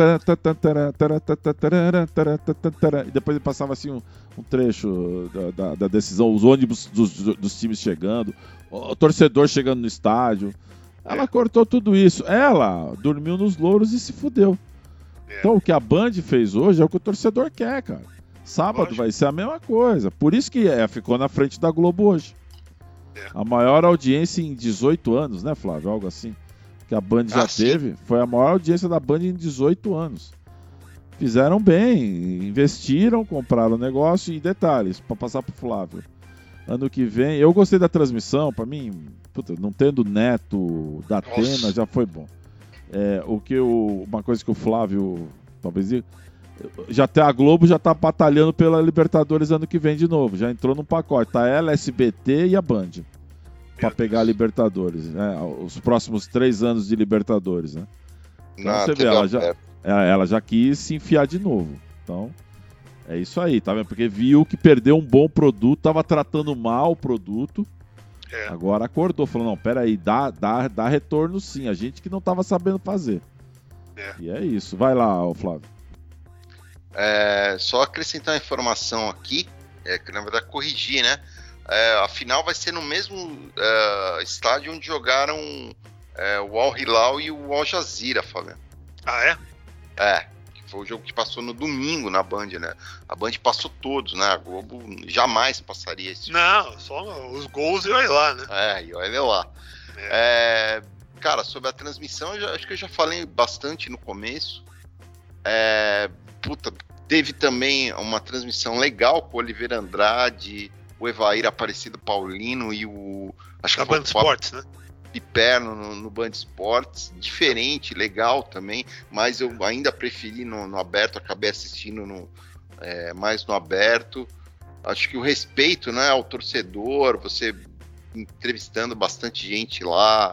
e depois passava assim um, um trecho da, da, da decisão, os ônibus dos, dos times chegando, o torcedor chegando no estádio. Ela é. cortou tudo isso. Ela dormiu nos louros e se fudeu. É. Então o que a Band fez hoje é o que o torcedor quer, cara. Sábado Lógico. vai ser a mesma coisa. Por isso que é, ficou na frente da Globo hoje. É. A maior audiência em dezoito anos, né, Flávio? Algo assim. Que a Band já ah, teve. Sim. Foi a maior audiência da Band em dezoito anos. Fizeram bem, investiram, compraram o negócio e detalhes, para passar pro Flávio. Ano que vem, eu gostei da transmissão, para mim, puta, não tendo Neto da Atena, já foi bom. É, o que eu, uma coisa que o Flávio, talvez, já até a Globo já tá batalhando pela Libertadores ano que vem de novo, já entrou no pacote, tá ela, S B T e a Band, para pegar a Libertadores, né? Os próximos três anos de Libertadores, né? Então não, você vê, ela já, ela já quis se enfiar de novo, então... É isso aí, tá vendo? Porque viu que perdeu um bom produto, tava tratando mal o produto, é. agora acordou, falou, não, peraí, dá, dá, dá retorno sim, a gente que não tava sabendo fazer. É. E é isso, vai lá, Flávio. É, só acrescentar uma informação aqui, é, que na verdade corrigir, né? É, a final vai ser no mesmo é, estádio onde jogaram é, o Al Hilal e o Al Jazeera, Fábio. Ah, é? É, que foi o jogo que passou no domingo na Band, né? A Band passou todos, né? A Globo jamais passaria esse jogo. Não, só os gols e olha lá, né? É, e olha lá. É. É, cara, sobre a transmissão, eu já, acho que eu já falei bastante no começo. É, puta, teve também uma transmissão legal com o Oliveira Andrade, o Evair Aparecido Paulino e o... acho Na que foi Band Esportes, né? Piperno no, no Band Esportes, diferente, legal também, mas eu ainda preferi no, no aberto, acabei assistindo no, é, mais no aberto. Acho que o respeito, né, ao torcedor, você entrevistando bastante gente lá,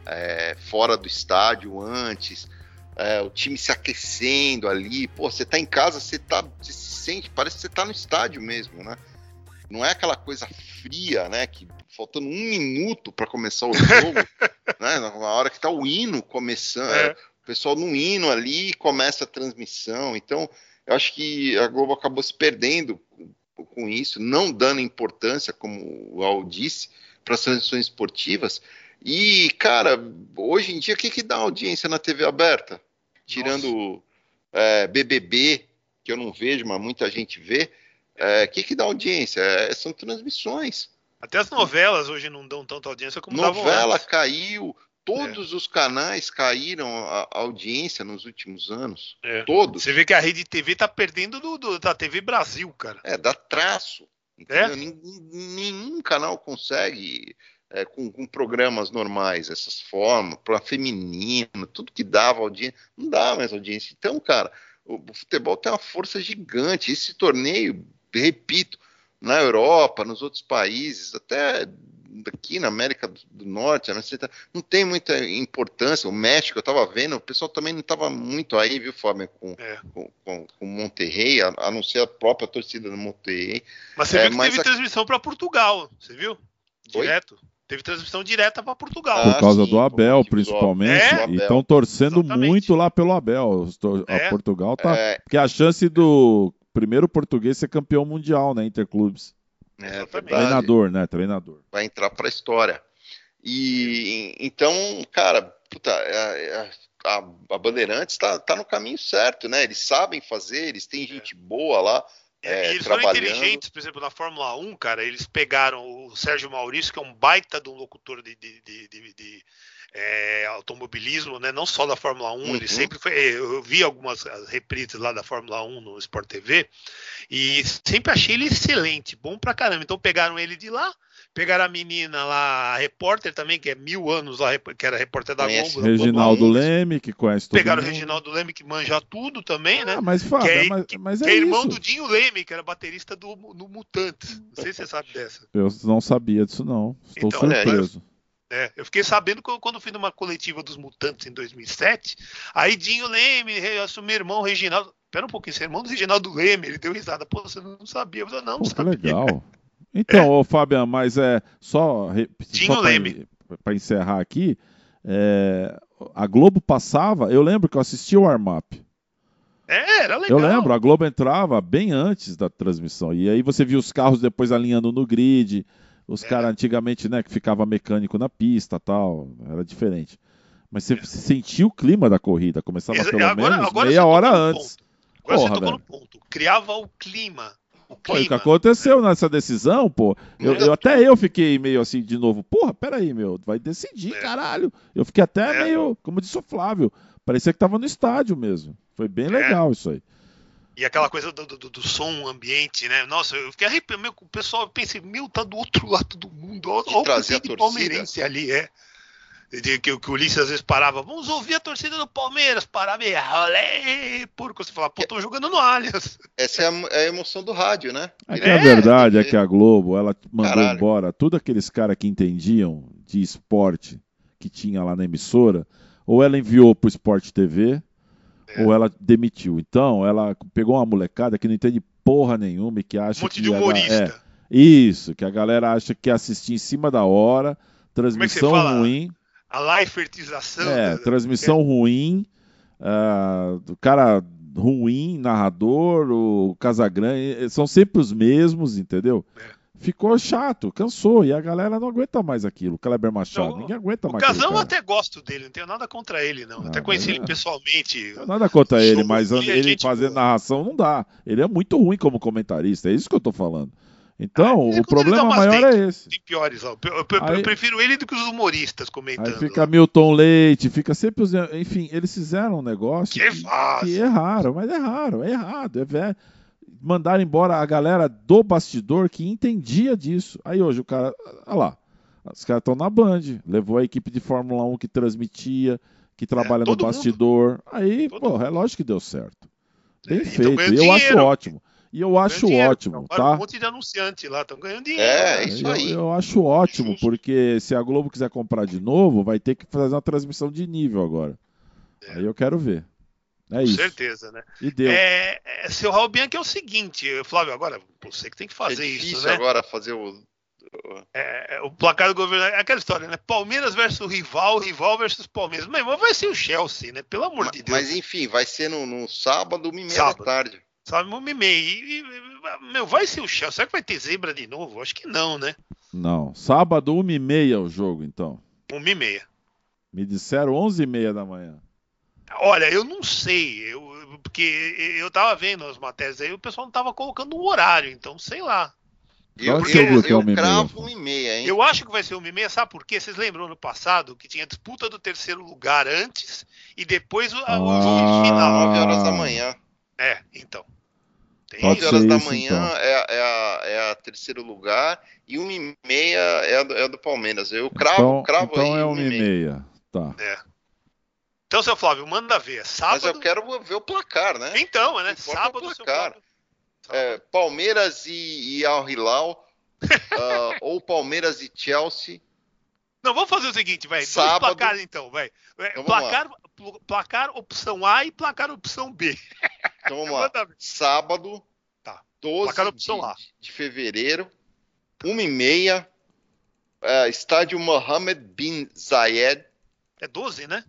é, fora do estádio antes, é, o time se aquecendo ali, pô, você tá em casa, você, tá, você se sente, parece que você tá no estádio mesmo, né? Não é aquela coisa fria, né, que faltando um minuto para começar o jogo, né, na hora que tá o hino começando, é. O pessoal no hino ali começa a transmissão, então eu acho que a Globo acabou se perdendo com, com isso, não dando importância, como o Al disse, para as transmissões esportivas. E, cara, hoje em dia, o que que dá audiência na T V aberta? Tirando é, B B B, que eu não vejo, mas muita gente vê. O é, que que dá audiência? É, são transmissões. Até as novelas hoje não dão tanta audiência como novela davam antes. Novela caiu, todos é. os canais caíram a, a audiência nos últimos anos. É. Todos. Você vê que a Rede T V tá perdendo do, do, da T V Brasil, cara. É, dá traço. Entendeu? É? Nenhum, nenhum canal consegue, é, com, com programas normais, essas formas, para feminino, tudo que dava audiência, não dá mais audiência. Então, cara, o, o futebol tem uma força gigante. Esse torneio, repito, na Europa, nos outros países, até aqui na América do Norte, não tem muita importância. O México, eu estava vendo, o pessoal também não estava muito aí, viu, Fábio, com, é. com, com, com Monterrey, a, a não ser a própria torcida do Monterrey. Mas você é, viu que mas teve a... transmissão para Portugal, você viu? Direto. Oi? Teve transmissão direta para Portugal. Por causa ah, sim, do Abel, principalmente. É? E estão torcendo Exatamente. muito lá pelo Abel. A Portugal tá... É. Porque a chance do primeiro português ser campeão mundial, né? Interclubes. É, treinador, né? Treinador. Vai entrar para a história. E então, cara, puta, a, a, a Bandeirantes está tá no caminho certo, né? Eles sabem fazer, eles têm gente boa lá. É, eles foram inteligentes, por exemplo, na Fórmula um, cara, eles pegaram o Sérgio Maurício, que é um baita de um locutor de, de, de, de, de é, automobilismo, né? Não só da Fórmula um, uhum. Ele sempre foi. Eu vi algumas reprises lá da Fórmula um no Sport T V e sempre achei ele excelente, bom pra caramba. Então pegaram ele de lá, pegaram a menina lá, a repórter também, que é mil anos lá, que era repórter da Globo. Reginaldo Leme, que conhece todo Pegaram mundo. o Reginaldo Leme, que manja tudo também, né? Ah, mas Fábio, que é, mas, que, mas é que é irmão isso. do Dinho Leme, que era baterista do, do Mutantes. Não sei se você sabe dessa. Eu não sabia disso, não. Estou então, surpreso. É, eu fiquei sabendo quando, quando fui numa coletiva dos Mutantes em dois mil e sete, aí Dinho Leme assumiu irmão Reginaldo. Pera um pouquinho, você é irmão do Reginaldo Leme, ele deu risada. Pô, você não sabia? Eu falei, não, não Pô, sabia. Que legal. Então, é. ô, Fabiano, mas é só, Dinho só Leme. para encerrar aqui, é, a Globo passava, eu lembro que eu assistia o warm-up. É, era legal. Eu lembro, a Globo entrava bem antes da transmissão, e aí você via os carros depois alinhando no grid, os é. caras antigamente, né, que ficava mecânico na pista, tal, era diferente. Mas você é. sentia o clima da corrida, começava Exa pelo agora, menos agora meia hora antes. Ponto. Agora Porra, você tocou velho. no ponto. Criava o clima. O, pô, o que aconteceu nessa decisão, pô, eu, eu, até eu fiquei meio assim de novo, porra, peraí, meu, vai decidir, é. caralho. Eu fiquei até é. meio, como disse o Flávio, parecia que tava no estádio mesmo. Foi bem legal é. isso aí. E aquela coisa do, do, do som ambiente, né? Nossa, eu fiquei arrepiado. O pessoal, eu pensei, meu, tá do outro lado do mundo. Olha o trazer de palmeirense ali, é. Que, que, que o Ulisses às vezes parava, vamos ouvir a torcida do Palmeiras, parava e olé, porco, você fala, pô, tô jogando no Allianz. Essa é a, é a emoção do rádio, né? É que a verdade é que a Globo, ela mandou Caralho. embora todos aqueles caras que entendiam de esporte que tinha lá na emissora, ou ela enviou pro Sport T V, é. ou ela demitiu. Então, ela pegou uma molecada que não entende porra nenhuma e que acha um monte que... de humorista. É, isso, que a galera acha que é assistir em cima da hora, transmissão Como é que você fala? ruim... A Leifertização. É, da... transmissão é. ruim, uh, o cara ruim, narrador, o Casagrande, são sempre os mesmos, entendeu? É. ficou chato, cansou, e a galera não aguenta mais aquilo. O Kleber Machado, não, ninguém aguenta o mais. O Casão eu até gosto dele, não tenho nada contra ele, não. não até conheci é... ele pessoalmente. Não nada contra ele, mas ele, ele fazer boa. narração não dá. Ele é muito ruim como comentarista, é isso que eu tô falando. Então, ah, o problema maior tem, é esse. Tem piores, ó. Eu, eu, aí, eu prefiro ele do que os humoristas comentando. Aí fica ó. Milton Leite, fica sempre os... Enfim, eles fizeram um negócio que, que, é que erraram, mas erraram, é errado, é velho. Mandaram embora a galera do bastidor que entendia disso. Aí hoje o cara, olha lá, os caras estão na Band, levou a equipe de Fórmula um que transmitia, que trabalha é, no bastidor. Mundo. Aí, todo pô, mundo. É lógico que deu certo. Bem é, feito, e eu dinheiro. acho ótimo. E eu acho dinheiro, ótimo, tá? tá? Um monte de anunciante lá, estão ganhando dinheiro. É, isso eu, aí. Eu acho ótimo, porque se a Globo quiser comprar de novo, vai ter que fazer uma transmissão de nível agora. É. Aí eu quero ver. É Com isso. certeza, né? E deu. É, é, seu Raul Bianchi é o seguinte, Flávio, agora você que tem que fazer é difícil isso, né? agora fazer o... É, o placar do governo, é aquela história, né? Palmeiras versus rival, rival versus Palmeiras. Mas vai ser o Chelsea, né? Pelo amor mas, de Deus. Mas enfim, vai ser no, no sábado, uma e meia sábado. da tarde. Sábado, uma e meia. E, e, meu, vai ser o Chelsea. Será que vai ter zebra de novo? Acho que não, né? Não. Sábado, uma e meia o jogo, então. Uma e meia. Me disseram onze e meia da manhã. Olha, eu não sei, eu, porque eu tava vendo as matérias aí, o pessoal não tava colocando um horário, então sei lá. Eu, eu, eu, eu, eu cravo uma e meia, hein? Eu acho que vai ser uma e meia, sabe por quê? Vocês lembram ano passado que tinha disputa do terceiro lugar antes e depois o, ah, o jogo final. nove horas da manhã. É, então. nove horas da manhã então. é, é, a, é a terceiro lugar e uma e meia é a do, é a do Palmeiras. Eu cravo, então, cravo então aí. Então é uma e meia. meia. Tá. É. Então, seu Flávio, manda ver. Sábado... Mas eu quero ver o placar, né? Então, né? Sábado, seu Flávio. É, Palmeiras e, e Al Hilal, uh, ou Palmeiras e Chelsea. Não, vamos fazer o seguinte, velho. Dois placares, então, velho. Então, placar, placar opção A e placar opção B. Então vamos lá. Sábado, tá. doze de, de fevereiro, uma e meia, uh, estádio Mohammed bin Zayed. É doze, né?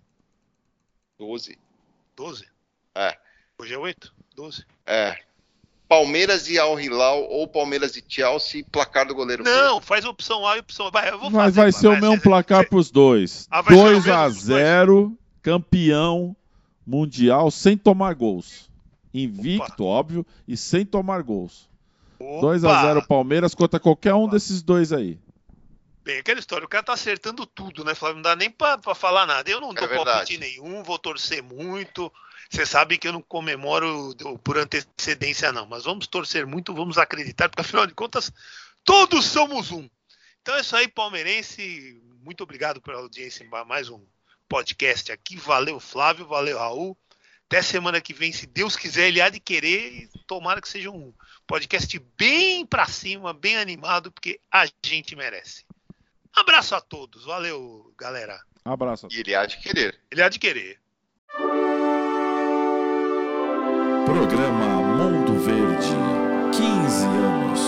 doze. doze? É. Hoje é oito? doze. É. Palmeiras e Al Hilal ou Palmeiras e Chelsea, placar do goleiro. Não, Pedro. Faz opção A e opção B. Eu vou Mas fazer, vai ser o mesmo placar para os dois. Ah, dois a zero, campeão mundial sem tomar gols. Invicto, Opa. óbvio, e sem tomar gols. Opa. dois a zero Palmeiras contra qualquer um Opa. desses dois aí. Bem, aquela história, o cara tá acertando tudo, né, Flávio? Não dá nem pra, pra falar nada. Eu não dou é palpite nenhum, vou torcer muito. Você sabe que eu não comemoro por antecedência, não. Mas vamos torcer muito, vamos acreditar, porque afinal de contas, todos somos um. Então é isso aí, palmeirense. Muito obrigado pela audiência em mais um podcast aqui. Valeu, Flávio. Valeu, Raul. Até semana que vem, se Deus quiser, ele há de querer. E tomara que seja um podcast bem pra cima, bem animado, porque a gente merece. Abraço a todos. Valeu, galera. Abraço. E ele há de querer. Ele há de querer. Programa Mundo Verde. quinze anos.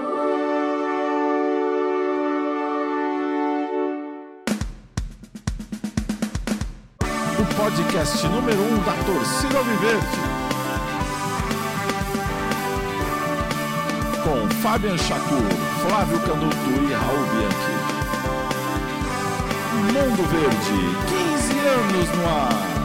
O podcast número um da torcida alviverde. Com Fabian Chacur, Flávio Canuto e Raul Bianchi. Mundo Verde, quinze anos no ar.